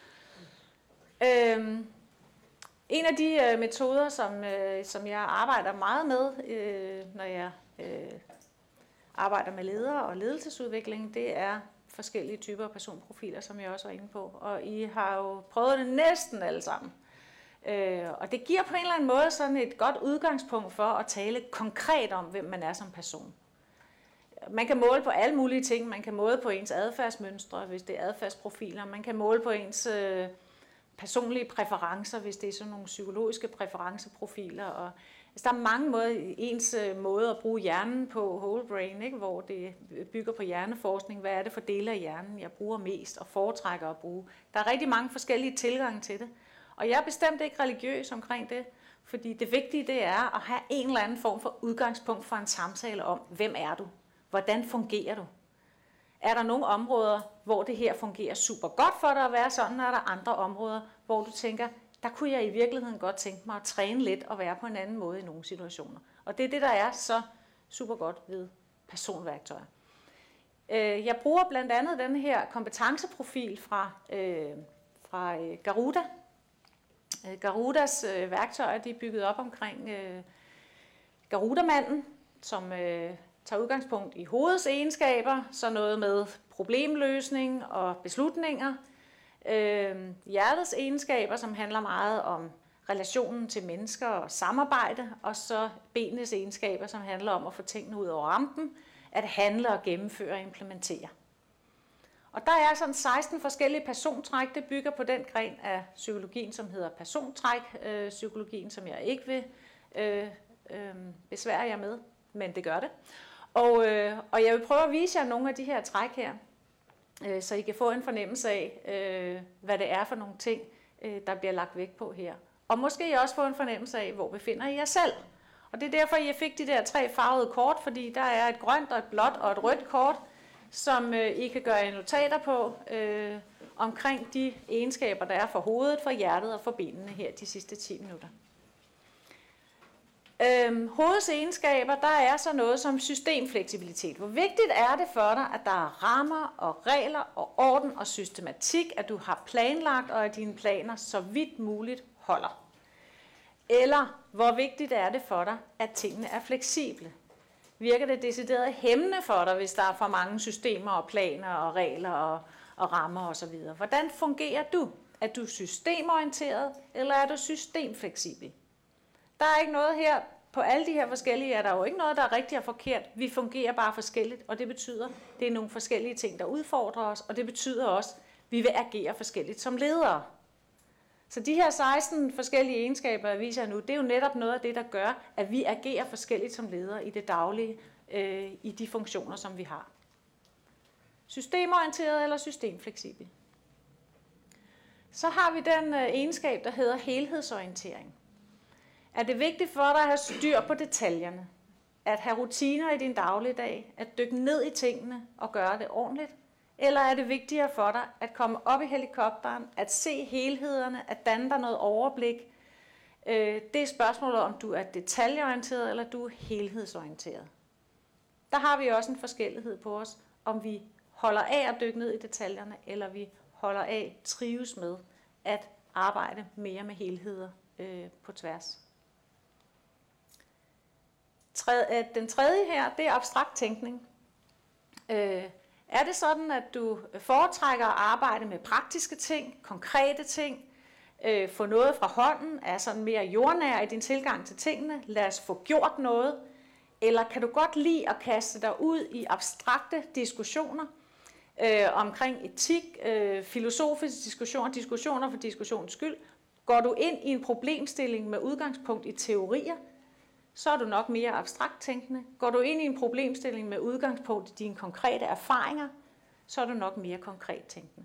Øhm, en af de øh, metoder, som, øh, som jeg arbejder meget med, øh, når jeg øh, arbejder med ledere og ledelsesudvikling, det er forskellige typer af personprofiler, som jeg også var inde på. Og I har jo prøvet det næsten alle sammen. Øh, og det giver på en eller anden måde sådan et godt udgangspunkt for at tale konkret om, hvem man er som person. Man kan måle på alle mulige ting. Man kan måle på ens adfærdsmønstre, hvis det er adfærdsprofiler. Man kan måle på ens øh, personlige præferencer, hvis det er sådan nogle psykologiske præferenceprofiler. Og, altså, der er mange måder, ens øh, måde at bruge hjernen på, whole brain, ikke? Hvor det bygger på hjerneforskning. Hvad er det for dele af hjernen, jeg bruger mest og foretrækker at bruge? Der er rigtig mange forskellige tilgange til det. Og jeg er bestemt ikke religiøs omkring det, fordi det vigtige det er at have en eller anden form for udgangspunkt for en samtale om, hvem er du? Hvordan fungerer du? Er der nogle områder, hvor det her fungerer super godt for dig at være sådan, og er der andre områder, hvor du tænker, der kunne jeg i virkeligheden godt tænke mig at træne lidt og være på en anden måde i nogle situationer. Og det er det, der er så super godt ved personværktøjer. Jeg bruger blandt andet den her kompetenceprofil fra, øh, fra Garuda. Garudas øh, værktøjer de er bygget op omkring øh, Garudamanden, som øh, tager udgangspunkt i hovedets egenskaber, så noget med problemløsning og beslutninger. Øh, hjertets egenskaber, som handler meget om relationen til mennesker og samarbejde, og så benenes egenskaber, som handler om at få tingene ud over rampen, at handle og gennemføre og implementere. Og der er sådan seksten forskellige persontræk, det bygger på den gren af psykologien, som hedder persontræk-psykologien, som jeg ikke vil øh, øh, besvære jer med, men det gør det. Og, øh, og jeg vil prøve at vise jer nogle af de her træk her, øh, så I kan få en fornemmelse af, øh, hvad det er for nogle ting, øh, der bliver lagt vægt på her. Og måske også få en fornemmelse af, hvor befinder I jer selv. Og det er derfor, jeg fik de der tre farvede kort, fordi der er et grønt og et blåt og et rødt kort, som øh, I kan gøre notater på øh, omkring de egenskaber, der er for hovedet, for hjertet og for benene her de sidste ti minutter. Øhm, hovedets egenskaber, der er så noget som systemfleksibilitet. Hvor vigtigt er det for dig, at der er rammer og regler og orden og systematik, at du har planlagt, og at dine planer så vidt muligt holder? Eller hvor vigtigt er det for dig, at tingene er fleksible? Virker det decideret hæmmende for dig, hvis der er for mange systemer og planer og regler og, og rammer osv.? Hvordan fungerer du? Er du systemorienteret, eller er du systemfleksibel? Der er ikke noget her, på alle de her forskellige, er der jo ikke noget, der er rigtigt og forkert. Vi fungerer bare forskelligt, og det betyder, det er nogle forskellige ting, der udfordrer os, og det betyder også, at vi vil agere forskelligt som ledere. Så de her seksten forskellige egenskaber, jeg viser nu, det er jo netop noget af det, der gør, at vi agerer forskelligt som ledere i det daglige, øh, i de funktioner, som vi har. Systemorienteret eller systemfleksibel. Så har vi den øh, egenskab, der hedder helhedsorientering. Er det vigtigt for dig at have styr på detaljerne? At have rutiner i din dagligdag? At dykke ned i tingene og gøre det ordentligt? Eller er det vigtigere for dig at komme op i helikopteren, at se helhederne, at danne dig noget overblik? Det er spørgsmålet om, du er detaljeorienteret eller du er helhedsorienteret. Der har vi også en forskellighed på os, om vi holder af at dykke ned i detaljerne, eller vi holder af trives med at arbejde mere med helheder øh, på tværs. Den tredje her, det er abstrakt tænkning. Øh, Er det sådan, at du foretrækker at arbejde med praktiske ting, konkrete ting, øh, få noget fra hånden, er sådan mere jordnær i din tilgang til tingene, lad os få gjort noget, eller kan du godt lide at kaste dig ud i abstrakte diskussioner øh, omkring etik, øh, filosofiske diskussioner, diskussioner for diskussionens skyld? Går du ind i en problemstilling med udgangspunkt i teorier, så er du nok mere abstrakt tænkende. Går du ind i en problemstilling med udgangspunkt i dine konkrete erfaringer, så er du nok mere konkret tænkende.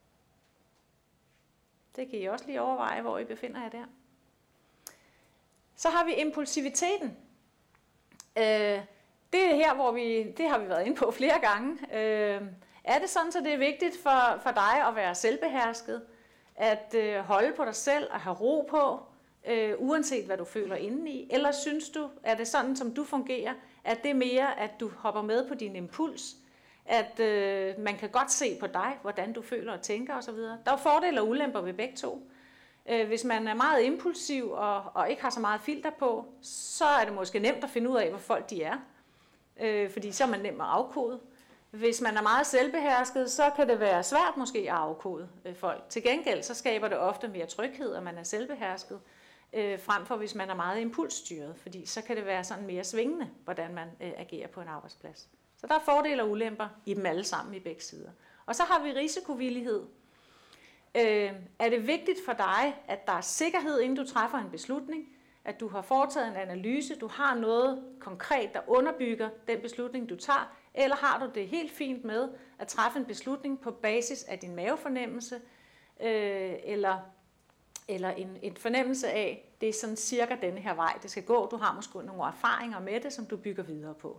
Det kan I også lige overveje, hvor I befinder jer der. Så har vi impulsiviteten. Øh, det er her, hvor vi, det har vi været inde på flere gange. Øh, er det sådan, så det er vigtigt for, for dig at være selvbehersket, at øh, holde på dig selv og have ro på, øh, uanset hvad du føler indeni? Eller synes du, er det sådan, som du fungerer, at det er mere, at du hopper med på din impuls, at øh, man kan godt se på dig, hvordan du føler og tænker osv. Der er fordele og ulemper ved begge to. Øh, hvis man er meget impulsiv og, og ikke har så meget filter på, så er det måske nemt at finde ud af, hvor folk de er. Øh, fordi så er man nem at afkode. Hvis man er meget selvbehersket, så kan det være svært måske at afkode øh, folk. Til gengæld så skaber det ofte mere tryghed, at man er selvbehersket, øh, frem for hvis man er meget impulsstyret, fordi så kan det være sådan mere svingende, hvordan man øh, agerer på en arbejdsplads. Så der er fordele og ulemper i dem alle sammen i begge sider. Og så har vi risikovillighed. Øh, er det vigtigt for dig, at der er sikkerhed, inden du træffer en beslutning? At du har foretaget en analyse, du har noget konkret, der underbygger den beslutning, du tager? Eller har du det helt fint med at træffe en beslutning på basis af din mavefornemmelse, øh, eller, eller en, en fornemmelse af, det er sådan cirka denne her vej, det skal gå. Du har måske nogle erfaringer med det, som du bygger videre på.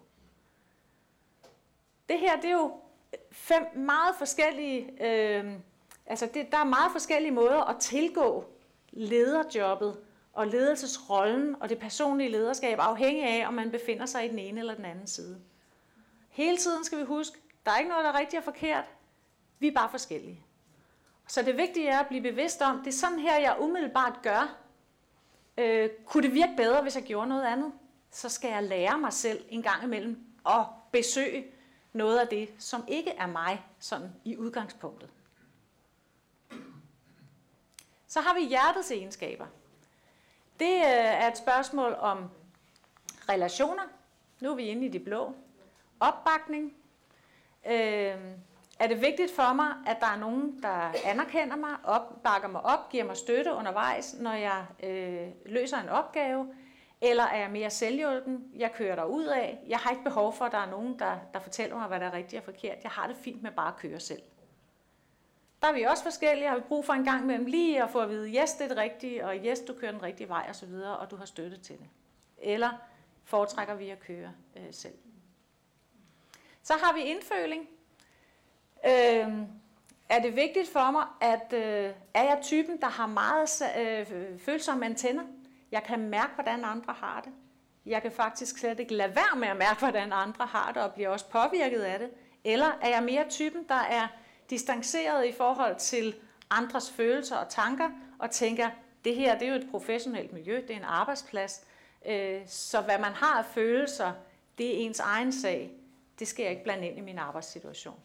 Det her, det er jo fem meget forskellige, øh, altså det, der er meget forskellige måder at tilgå lederjobbet og ledelsesrollen og det personlige lederskab, afhængig af, om man befinder sig i den ene eller den anden side. Hele tiden skal vi huske, der er ikke noget, der er rigtigt og forkert. Vi er bare forskellige. Så det vigtige er at blive bevidst om, det er sådan her, jeg umiddelbart gør. Øh, kunne det virke bedre, hvis jeg gjorde noget andet? Så skal jeg lære mig selv en gang imellem at besøge noget af det, som ikke er mig, sådan i udgangspunktet. Så har vi hjertets egenskaber. Det er et spørgsmål om relationer. Nu er vi inde i de blå. Opbakning. Øh, er det vigtigt for mig, at der er nogen, der anerkender mig, op, bakker mig op, giver mig støtte undervejs, når jeg øh, løser en opgave? Eller er jeg mere selvhjulpen? Jeg kører derud af. Jeg har ikke behov for, at der er nogen, der, der fortæller mig, hvad der er rigtigt og forkert. Jeg har det fint med bare at køre selv. Der er vi også forskellige. Har vi brug for en gang imellem lige at få at vide, yes, det er det rigtige, og yes, du kører den rigtige vej osv., og du har støtte til det. Eller foretrækker vi at køre øh, selv. Så har vi indføling. Øh, er det vigtigt for mig, at øh, er jeg typen, der har meget øh, følsomme antenner? Jeg kan mærke, hvordan andre har det. Jeg kan faktisk slet ikke lade være med at mærke, hvordan andre har det, og bliver også påvirket af det. Eller er jeg mere typen, der er distanceret i forhold til andres følelser og tanker, og tænker, det her det er jo et professionelt miljø, det er en arbejdsplads, øh, så hvad man har af følelser, det er ens egen sag. Det skal jeg ikke blande ind i min arbejdssituation.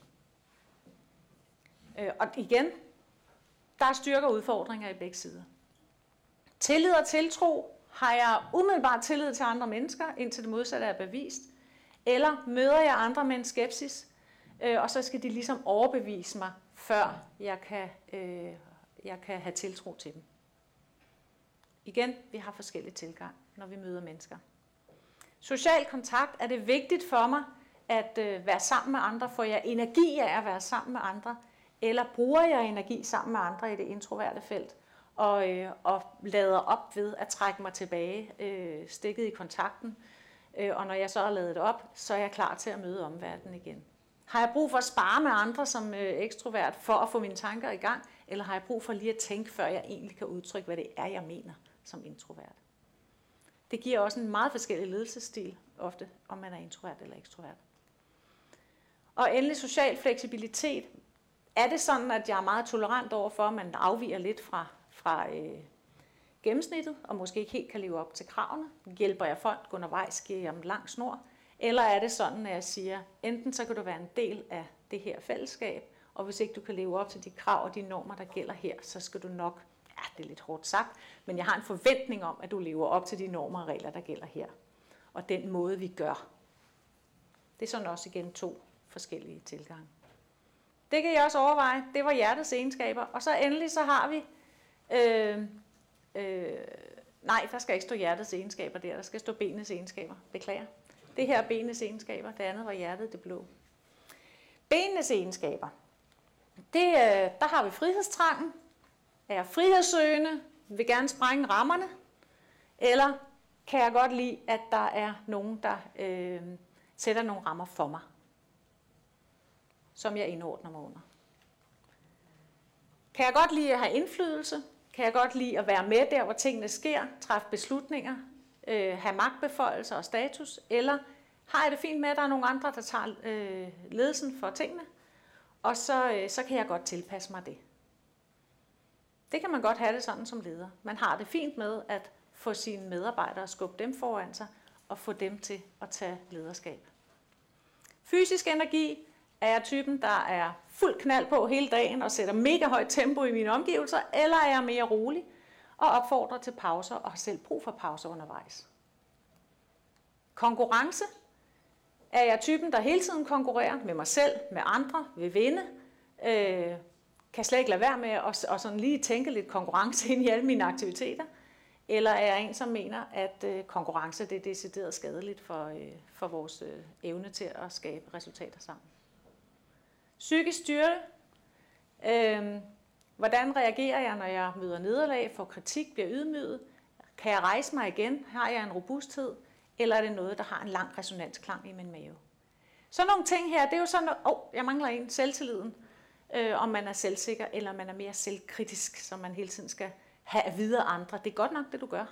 Øh, og igen, der er styrker og udfordringer i begge sider. Tillid og tiltro. Har jeg umiddelbart tillid til andre mennesker, indtil det modsatte er bevist? Eller møder jeg andre med en skepsis, øh, og så skal de ligesom overbevise mig, før jeg kan, øh, jeg kan have tiltro til dem? Igen, vi har forskellige tilgang, når vi møder mennesker. Social kontakt, er det vigtigt for mig at øh, være sammen med andre? Får jeg energi af at være sammen med andre? Eller bruger jeg energi sammen med andre i det introverte felt? Og, øh, og lader op ved at trække mig tilbage, øh, stikket i kontakten. Øh, og når jeg så har ladet op, så er jeg klar til at møde omverdenen igen. Har jeg brug for at spare med andre som øh, ekstrovert for at få mine tanker i gang? Eller har jeg brug for lige at tænke, før jeg egentlig kan udtrykke, hvad det er, jeg mener som introvert? Det giver også en meget forskellig ledelsesstil, ofte, om man er introvert eller ekstrovert. Og endelig social fleksibilitet. Er det sådan, at jeg er meget tolerant overfor, at man afviger lidt fra fra øh, gennemsnittet, og måske ikke helt kan leve op til kravene? Hjælper jeg folk undervejs, giver jeg dem lang snor? Eller er det sådan, at jeg siger, enten så kan du være en del af det her fællesskab, og hvis ikke du kan leve op til de krav og de normer, der gælder her, så skal du nok, ja, det er lidt hårdt sagt, men jeg har en forventning om, at du lever op til de normer og regler, der gælder her. Og den måde, vi gør. Det er sådan også igen to forskellige tilgange. Det kan jeg også overveje. Det var hjertets egenskaber. Og så endelig så har vi Øh, øh, nej, der skal ikke stå hjertets egenskaber der, der skal stå benets egenskaber. Beklager. Det her er benets egenskaber, det andet var hjertet, det blå. Benenes egenskaber. Det, øh, der har vi frihedstrangen. Er jeg frihedssøgende, vil gerne sprænge rammerne, eller kan jeg godt lide, at der er nogen, der øh, sætter nogle rammer for mig, som jeg indordner mig under. Kan jeg godt lide at have indflydelse? Kan jeg godt lide at være med der, hvor tingene sker, træffe beslutninger, øh, have magtbeføjelser og status? Eller har jeg det fint med, at der er nogle andre, der tager øh, ledelsen for tingene? Og så, øh, så kan jeg godt tilpasse mig det. Det kan man godt have det sådan som leder. Man har det fint med at få sine medarbejdere, skubbe dem foran sig, og få dem til at tage lederskab. Fysisk energi er jeg typen, der er fuld knald på hele dagen og sætter mega højt tempo i mine omgivelser, eller er jeg mere rolig og opfordrer til pauser og har selv brug for pauser undervejs. Konkurrence er jeg typen, der hele tiden konkurrerer med mig selv, med andre, vil vinde, øh, kan slet ikke lade være med at og sådan lige tænke lidt konkurrence ind i alle mine aktiviteter, eller er jeg en, som mener, at øh, konkurrence det er decideret skadeligt for, øh, for vores øh, evne til at skabe resultater sammen. Psykisk styrke. Øh, hvordan reagerer jeg, når jeg møder nederlag, får kritik, bliver ydmyget? Kan jeg rejse mig igen? Har jeg en robusthed? Eller er det noget, der har en lang resonansklang i min mave? Så nogle ting her, det er jo sådan, åh, oh, jeg mangler en, selvtilliden. Øh, om man er selvsikker, eller man er mere selvkritisk, som man hele tiden skal have at vide af andre. Det er godt nok, det du gør.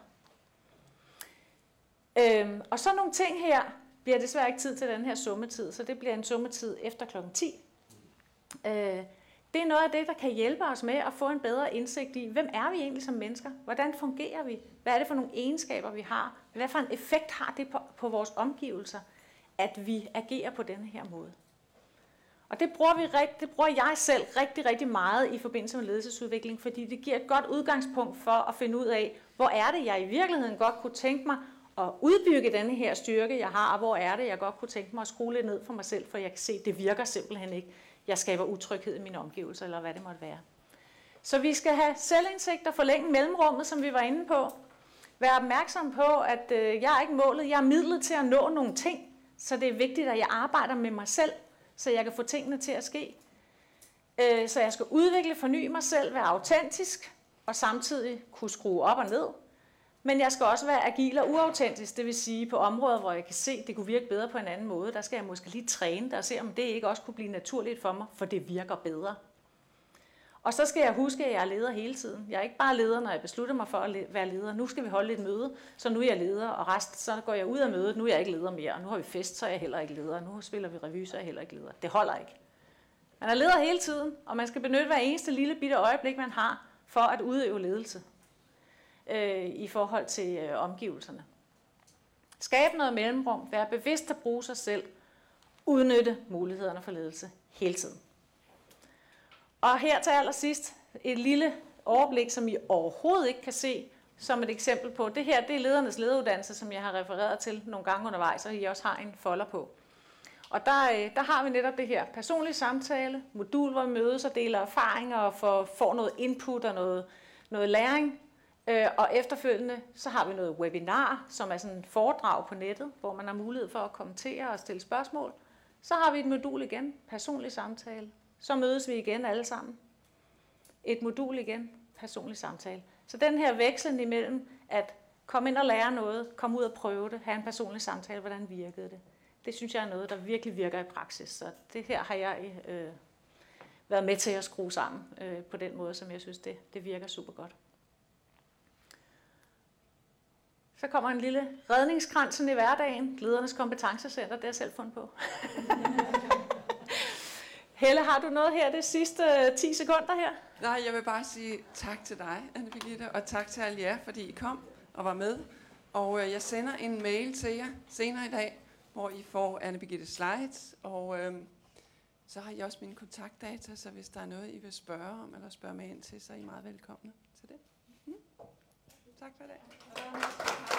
Øhm, og så nogle ting her, bliver desværre ikke tid til den her summetid, så det bliver en summetid efter klokken ti. Øh, det er noget af det, der kan hjælpe os med at få en bedre indsigt i, hvem er vi egentlig som mennesker? Hvordan fungerer vi? Hvad er det for nogle egenskaber, vi har? Hvad for en effekt har det på, på vores omgivelser, at vi agerer på denne her måde? Og det bruger, vi rigt, det bruger jeg selv rigtig, rigtig meget i forbindelse med ledelsesudvikling, fordi det giver et godt udgangspunkt for at finde ud af, hvor er det, jeg i virkeligheden godt kunne tænke mig at udbygge denne her styrke, jeg har, og hvor er det, jeg godt kunne tænke mig at skrue lidt ned for mig selv, for jeg kan se, at det virker simpelthen ikke. Jeg skaber utryghed i mine omgivelser, eller hvad det måtte være. Så vi skal have selvindsigt og forlænge mellemrummet, som vi var inde på. Vær opmærksom på, at øh, jeg er ikke målet, jeg er midlet til at nå nogle ting, så det er vigtigt, at jeg arbejder med mig selv, så jeg kan få tingene til at ske. Øh, så jeg skal udvikle, forny mig selv, være autentisk, og samtidig kunne skrue op og ned. Men jeg skal også være agil og uautentisk, det vil sige på områder, hvor jeg kan se, at det kunne virke bedre på en anden måde. Der skal jeg måske lige træne det og se, om det ikke også kunne blive naturligt for mig, for det virker bedre. Og så skal jeg huske, at jeg er leder hele tiden. Jeg er ikke bare leder, når jeg beslutter mig for at være leder. Nu skal vi holde et møde, så nu er jeg leder, og resten, så går jeg ud af mødet. Nu er jeg ikke leder mere, og nu har vi fest, så er jeg heller ikke leder. Nu spiller vi revy, så er jeg heller ikke leder. Det holder ikke. Man er leder hele tiden, og man skal benytte hver eneste lille bitte øjeblik, man har, for at udøve ledelse øh, i forhold til øh, omgivelserne. Skabe noget mellemrum, være bevidst at bruge sig selv, udnytte mulighederne for ledelse hele tiden. Og her til allersidst et lille overblik, som I overhovedet ikke kan se som et eksempel på. Det her det er ledernes lederuddannelse, som jeg har refereret til nogle gange undervejs, og I også har en folder på. Og der, der har vi netop det her personlig samtale, modul, hvor vi mødes og deler erfaringer og får, får noget input og noget, noget læring. Og efterfølgende så har vi noget webinar, som er sådan et foredrag på nettet, hvor man har mulighed for at kommentere og stille spørgsmål. Så har vi et modul igen, personlig samtale. Så mødes vi igen alle sammen. Et modul igen, personlig samtale. Så den her vekslen imellem at komme ind og lære noget, komme ud og prøve det, have en personlig samtale, hvordan virkede det. Det synes jeg er noget, der virkelig virker i praksis. Så det her har jeg øh, været med til at skrue sammen øh, på den måde, som jeg synes, det, det virker super godt. Så kommer en lille redningskransen i hverdagen. Ledernes kompetencecenter, det har jeg selv fundet på. Helle, har du noget her det sidste ti sekunder her? Nej, jeg vil bare sige tak til dig, Anne Birgitte, og tak til alle jer, fordi I kom og var med. Og øh, jeg sender en mail til jer senere i dag, hvor I får Anne Birgitte slides, og øh, så har I også mine kontaktdata, så hvis der er noget, I vil spørge om, eller spørge mig ind til, så er I meget velkomne til det. Mm. Tak for i dag.